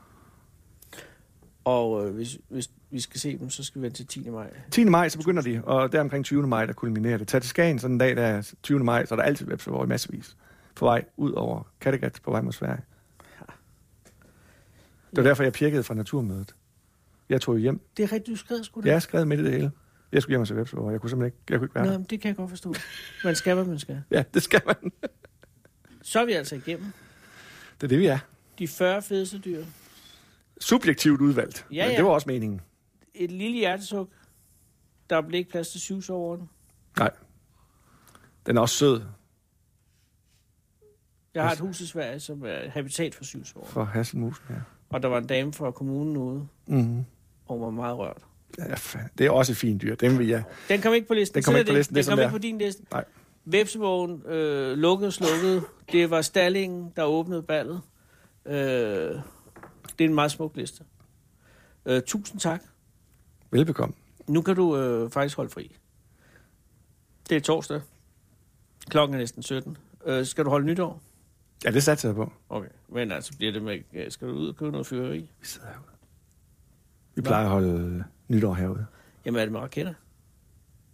Og hvis vi skal se dem, så skal vi vente til 10. maj? 10. maj, så begynder de, og der omkring 20. maj, der kulminerer det. Tag til Skagen, sådan en dag, der er 20. maj, så er der altid vepsevåger i massevis. På vej ud over Kattegat, på vej mod Sverige. Ja. Det var derfor, jeg pjekkede fra naturmødet. Jeg tog hjem. Det er rigtigt, du skrev sgu da? Jeg skrev midt i det hele. Jeg skulle hjem og se vepsevåger. Jeg kunne simpelthen ikke være der. Det kan jeg godt forstå. Man skal, hvad man skal. Ja, det skal man. Så er vi altså igennem. Det er det, vi er. De 40 fedeste dyr. Subjektivt udvalgt. Ja, men det var også meningen. Et lille hjertesuk. Der blev ikke plads til syvsår over den. Nej. Den er også sød. Jeg har et hus i Sverige, som er habitat for syvsår. For hasselmusen, ja. Og der var en dame fra kommunen ude. Mhm. Og var meget rørt. Ja, det er også et fint dyr. Den vil jeg... Den kom ikke på listen. Den kom ikke på listen. Den kom ikke på din liste. Nej. Vepsevågen lukkede og slukkede. Det var stallingen, der åbnede ballet. Det er en meget smuk liste. Tusind tak. Velbekomme. Nu kan du faktisk holde fri. Det er torsdag. Klokken er næsten 17. Skal du holde nytår? Ja, det satser jeg på. Okay, men altså bliver det med... Skal du ud og købe noget fyrværkeri? Vi sidder herude. Vi plejer at holde nytår herude. Jamen er det med raketter?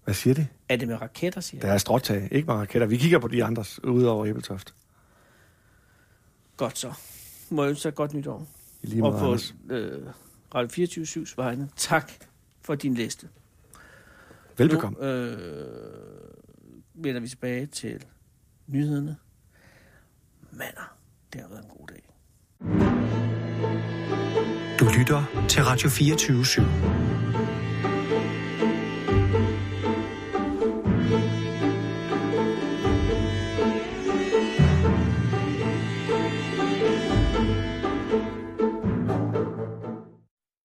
Hvad siger de? Er det med raketter, siger Der er stråtag, ikke med raketter. Vi kigger på de andres, ude over Ebeltoft. Godt så. Må jeg ønske dig godt nytår. I lige måde, og på Radio 24/7's vegne, tak for din liste. Velbekomme. Nu vender vi tilbage til nyhederne. Mander, det har været en god dag. Du lytter til Radio 24/7.